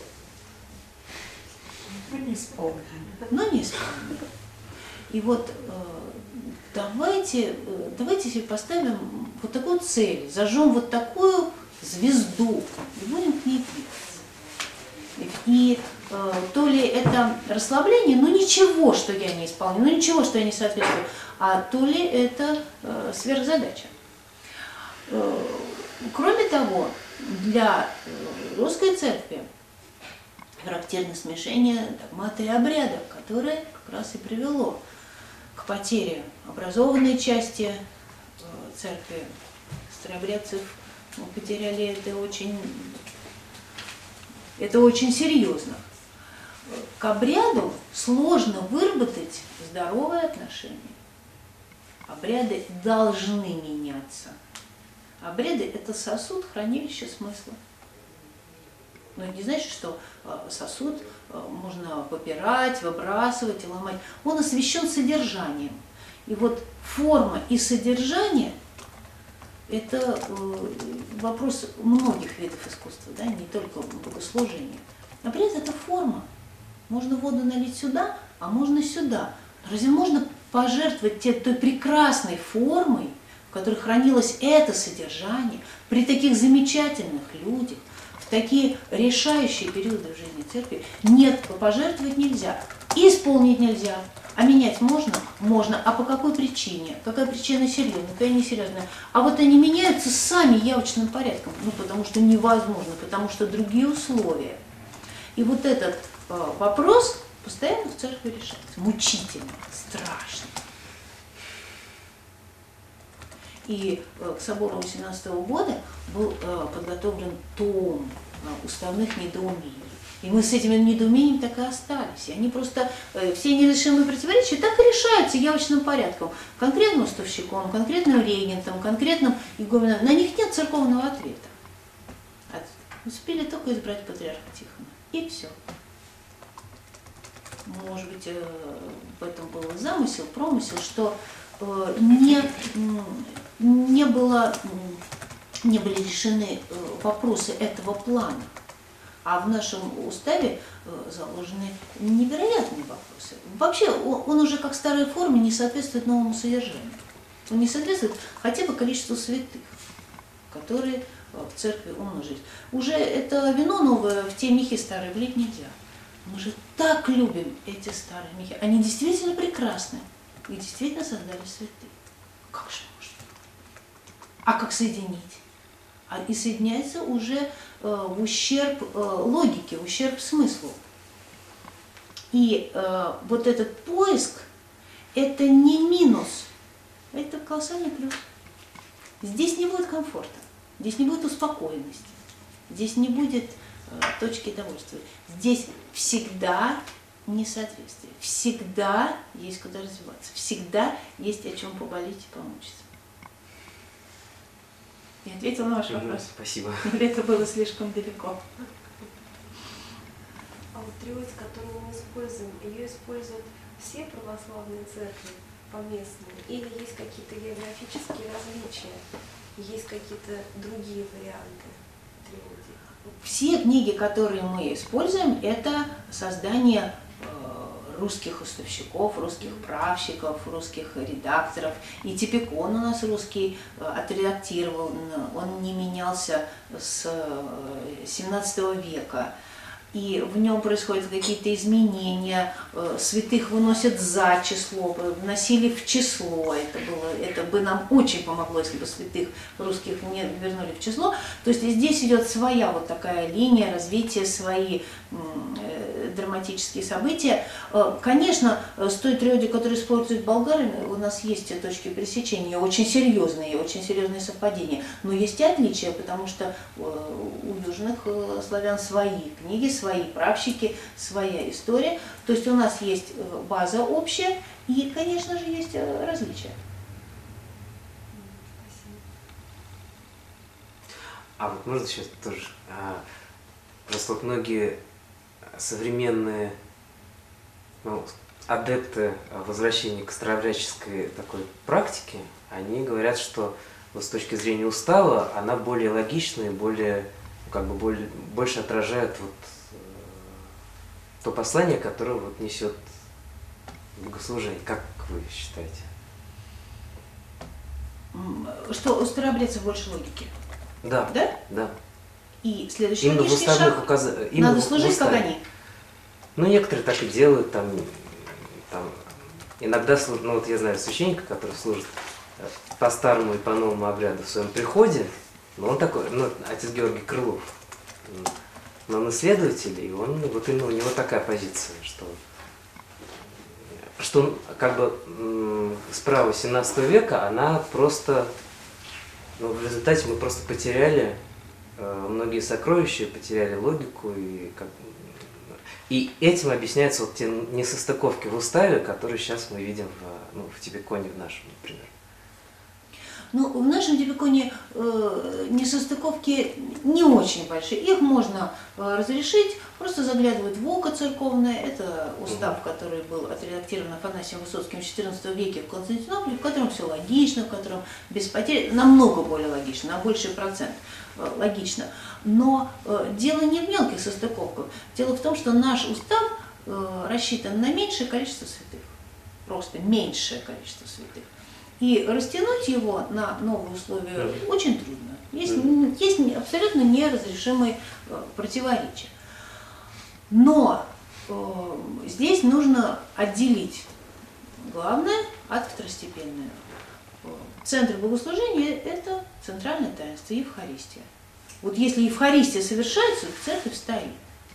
S4: Мы не исполнили.
S1: Но не исполнили. И вот э, давайте, э, давайте себе поставим вот такую цель, зажжем вот такую звезду и будем к ней двигаться. И э, то ли это расслабление, ну ничего, что я не исполню, ну ничего, что я не соответствую, а то ли это э, сверхзадача. Э, кроме того, для э, русской церкви характерно смешение догмата и обряда, которое как раз и привело к потере образованной части церкви. Старообрядцев мы потеряли это очень, это очень серьезно. К обряду сложно выработать здоровое отношение. Обряды должны меняться. Обряды – это сосуд, хранилище смысла. Но это не значит, что сосуд можно попирать, выбрасывать и ломать. Он освящен содержанием. И вот форма и содержание – это вопрос многих видов искусства, да, не только богослужения. Обряд – это форма. Можно воду налить сюда, а можно сюда. Разве можно пожертвовать той прекрасной формой, в которой хранилось это содержание, при таких замечательных людях, в такие решающие периоды в жизни церкви? Нет, пожертвовать нельзя, исполнить нельзя, а менять можно? Можно. А по какой причине? Какая причина серьезная, какая несерьезная? А вот они меняются сами явочным порядком, ну потому что невозможно, потому что другие условия. И вот этот э, вопрос постоянно в церкви решается, мучительно, страшно. И к собору восемнадцатого года был подготовлен том уставных недоумений. И мы с этими недоумениями так и остались. И они просто, все нерешимые противоречия так и решаются явочным порядком. Конкретным уставщиком, конкретным регентом, конкретным игуменом. На них нет церковного ответа. Успели только избрать патриарха Тихона. И все. Может быть, в этом был замысел, промысел, что не, не, было, не были решены вопросы этого плана. А в нашем уставе заложены невероятные вопросы. Вообще он, он уже как старой форме не соответствует новому содержанию. Он не соответствует хотя бы количеству святых, которые в церкви умножились. Уже это вино новое в те мехи старые влить нельзя. Мы же так любим эти старые мехи. Они действительно прекрасны. И действительно создали святых. Как же можно? А как соединить? А и соединяется уже э, в ущерб э, логике, в ущерб смыслу. И э, вот этот поиск – это не минус, это колоссальный плюс. Здесь не будет комфорта, здесь не будет успокоенности, здесь не будет э, точки довольствия. Здесь всегда несоответствие. Всегда есть куда развиваться. Всегда есть о чем поболеть и помучиться. Я ответила на ваш вопрос.
S3: Спасибо.
S1: Или это было слишком далеко?
S5: А вот троица, которую мы используем, ее используют все православные церкви поместные? Или есть какие-то географические различия? Есть какие-то другие варианты трилогии?
S1: Все книги, которые мы используем, это создание русских уставщиков, русских правщиков, русских редакторов. И Типикон у нас русский отредактировал, он не менялся с семнадцатого века. И в нем происходят какие-то изменения, святых выносят за число, вносили в число. Это, было, это бы нам очень помогло, если бы святых русских не вернули в число. То есть здесь идет своя вот такая линия развития, свои драматические события. Конечно, с той трёдой, которую используют болгары, у нас есть точки пересечения, очень серьезные, очень серьезные совпадения. Но есть и отличия, потому что у южных славян свои книги, свои правщики, своя история. То есть у нас есть база общая и, конечно же, есть различия.
S3: А вот можно сейчас тоже, а, просто вот многие современные, ну, адепты возвращения к старообрядческой такой практике, они говорят, что вот с точки зрения устава она более логичная, более, как бы более, больше отражает вот э, то послание, которое вот несет богослужение. Как вы считаете?
S1: Что у старообрядцев больше логики?
S3: Да,
S1: да?
S3: Да.
S1: И следующий
S3: именно
S1: логический
S3: в уставных
S1: шаг,
S3: указ...
S1: надо служить, как они.
S3: Ну, некоторые так и делают, там, там иногда, ну, вот я знаю священника, который служит по старому и по новому обряду в своем приходе, но он такой, ну, отец Георгий Крылов, но он исследователь, и он, вот именно у него такая позиция, что, что как бы справа семнадцатого века она просто, ну, в результате мы просто потеряли э, многие сокровища, потеряли логику, и, как, и этим объясняются вот те несостыковки в уставе, которые сейчас мы видим в, ну, в Тибиконе в нашем, например.
S1: Ну, в нашем Тибиконе э, несостыковки не очень большие. Их можно э, разрешить, просто заглядывать в око церковное. Это устав, который был отредактирован Афанасием Высоцким в четырнадцатом веке в Константинополе, в котором все логично, в котором без потерь, намного более логично, на больший процент э, логично. Но э, дело не в мелких состыковках. Дело в том, что наш устав э, рассчитан на меньшее количество святых. Просто меньшее количество святых. И растянуть его на новые условия mm. очень трудно. Есть, mm. есть абсолютно неразрешимые э, противоречия. Но э, здесь нужно отделить главное от второстепенного. Центр богослужения – это центральное таинство, Евхаристия. Вот если Евхаристия совершается, церковь стоит.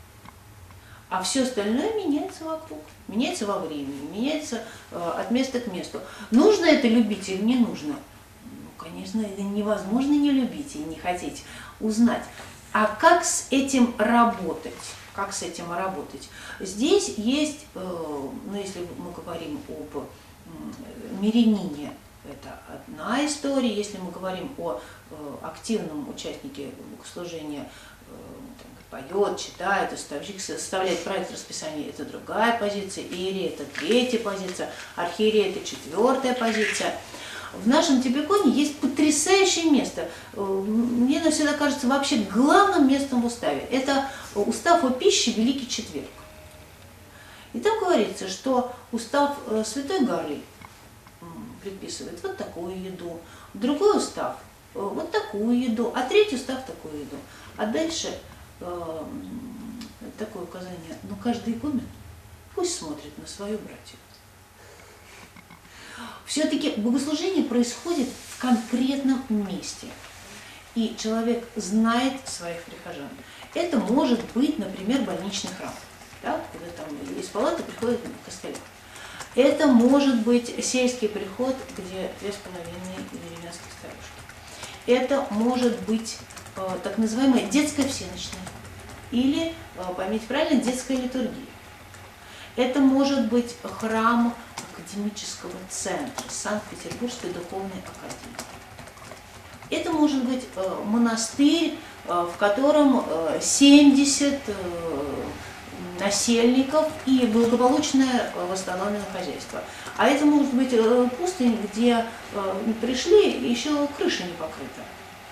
S1: А все остальное меняется вокруг, меняется во времени, меняется э, от места к месту. Нужно это любить или не нужно? Ну, конечно, это невозможно не любить и не хотеть узнать. А как с этим работать? Как с этим работать? Здесь есть, э, ну, если мы говорим об э, мирянине, это одна история. Если мы говорим о э, активном участнике богослужения, поет, читает, составляет проект расписания, это другая позиция, иерей это третья позиция, архиерей это четвертая позиция. В нашем Тибиконе есть потрясающее место, мне всегда кажется вообще главным местом в уставе. Это устав о пище Великий Четверг. И там говорится, что устав Святой Горы предписывает вот такую еду, другой устав вот такую еду, а третий устав такую еду. А дальше такое указание, но каждый игумен пусть смотрит на свою братью. Все-таки богослужение происходит в конкретном месте, и человек знает своих прихожан. Это может быть, например, больничный храм, да, куда там из палаты приходят костыли. Это может быть сельский приход, где две с половиной деревенских старушки. Это может быть так называемая детская всеночная, или, поймите правильно, детская литургия. Это может быть храм академического центра, Санкт-Петербургской духовной академии. Это может быть монастырь, в котором семьдесят насельников и благополучное восстановленное хозяйство. А это может быть пустынь, где пришли, и еще крыша не покрыта.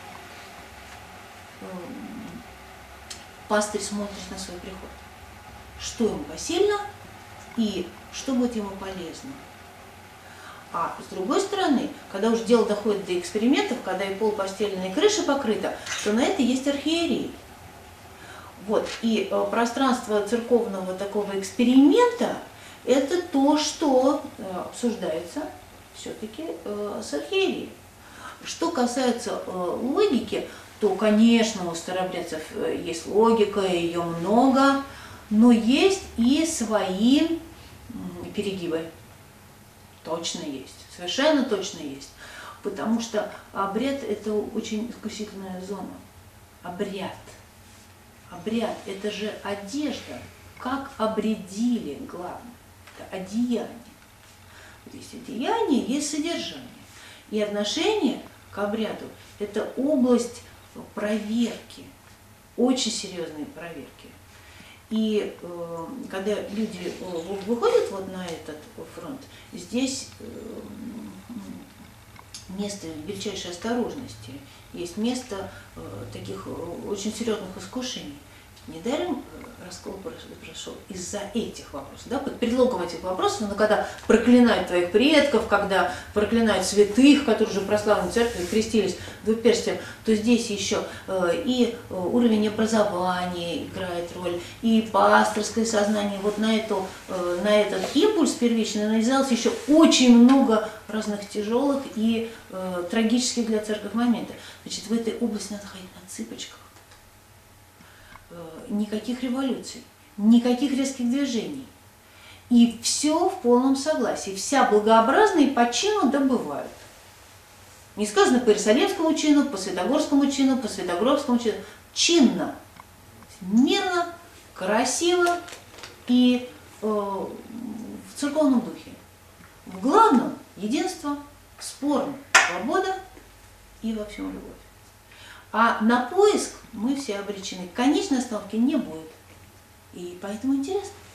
S1: Пастырь смотрит на свой приход, что ему посильно и что будет ему полезно. А с другой стороны, когда уж дело доходит до экспериментов, когда и пол постеленной, и крыша покрыта, то на это есть архиерей. Вот. И э, пространство церковного такого эксперимента – это то, что э, обсуждается все-таки э, с архиереем. Что касается э, логики, то, конечно, у старообрядцев есть логика, ее много, Но есть и свои перегибы. Точно есть, совершенно точно есть. Потому что обряд – это очень искусительная зона. Обряд. Обряд – это же одежда. Как обрядили, главное. Это одеяние. Вот есть одеяние, есть содержание. И отношение к обряду – это область проверки, очень серьезные проверки. И э, когда люди э, выходят вот на этот фронт, здесь э, место величайшей осторожности, есть место э, таких э, очень серьезных искушений. Недаром раскол прошел из-за этих вопросов, да, под предлогом этих вопросов, но когда проклинают твоих предков, когда проклинают святых, которые уже в православной церкви крестились двуперстием, то здесь еще э, и уровень образования играет роль, и пасторское сознание. Вот на, эту, э, на этот импульс первичный навязалось еще очень много разных тяжелых и э, трагических для церкви моментов. Значит, в этой области надо ходить на цыпочках. Никаких революций, никаких резких движений. И все в полном согласии. Вся благообразные по чину добывают. Не сказано по Иерусалимскому чину, по Святогорскому чину, по Святогорскому чину. Чинно, мирно, красиво и э, в церковном духе. В главном единство, в спорном свобода и во всем любовь. А на поиск мы все обречены. Конечной остановки не будет. И поэтому интересно.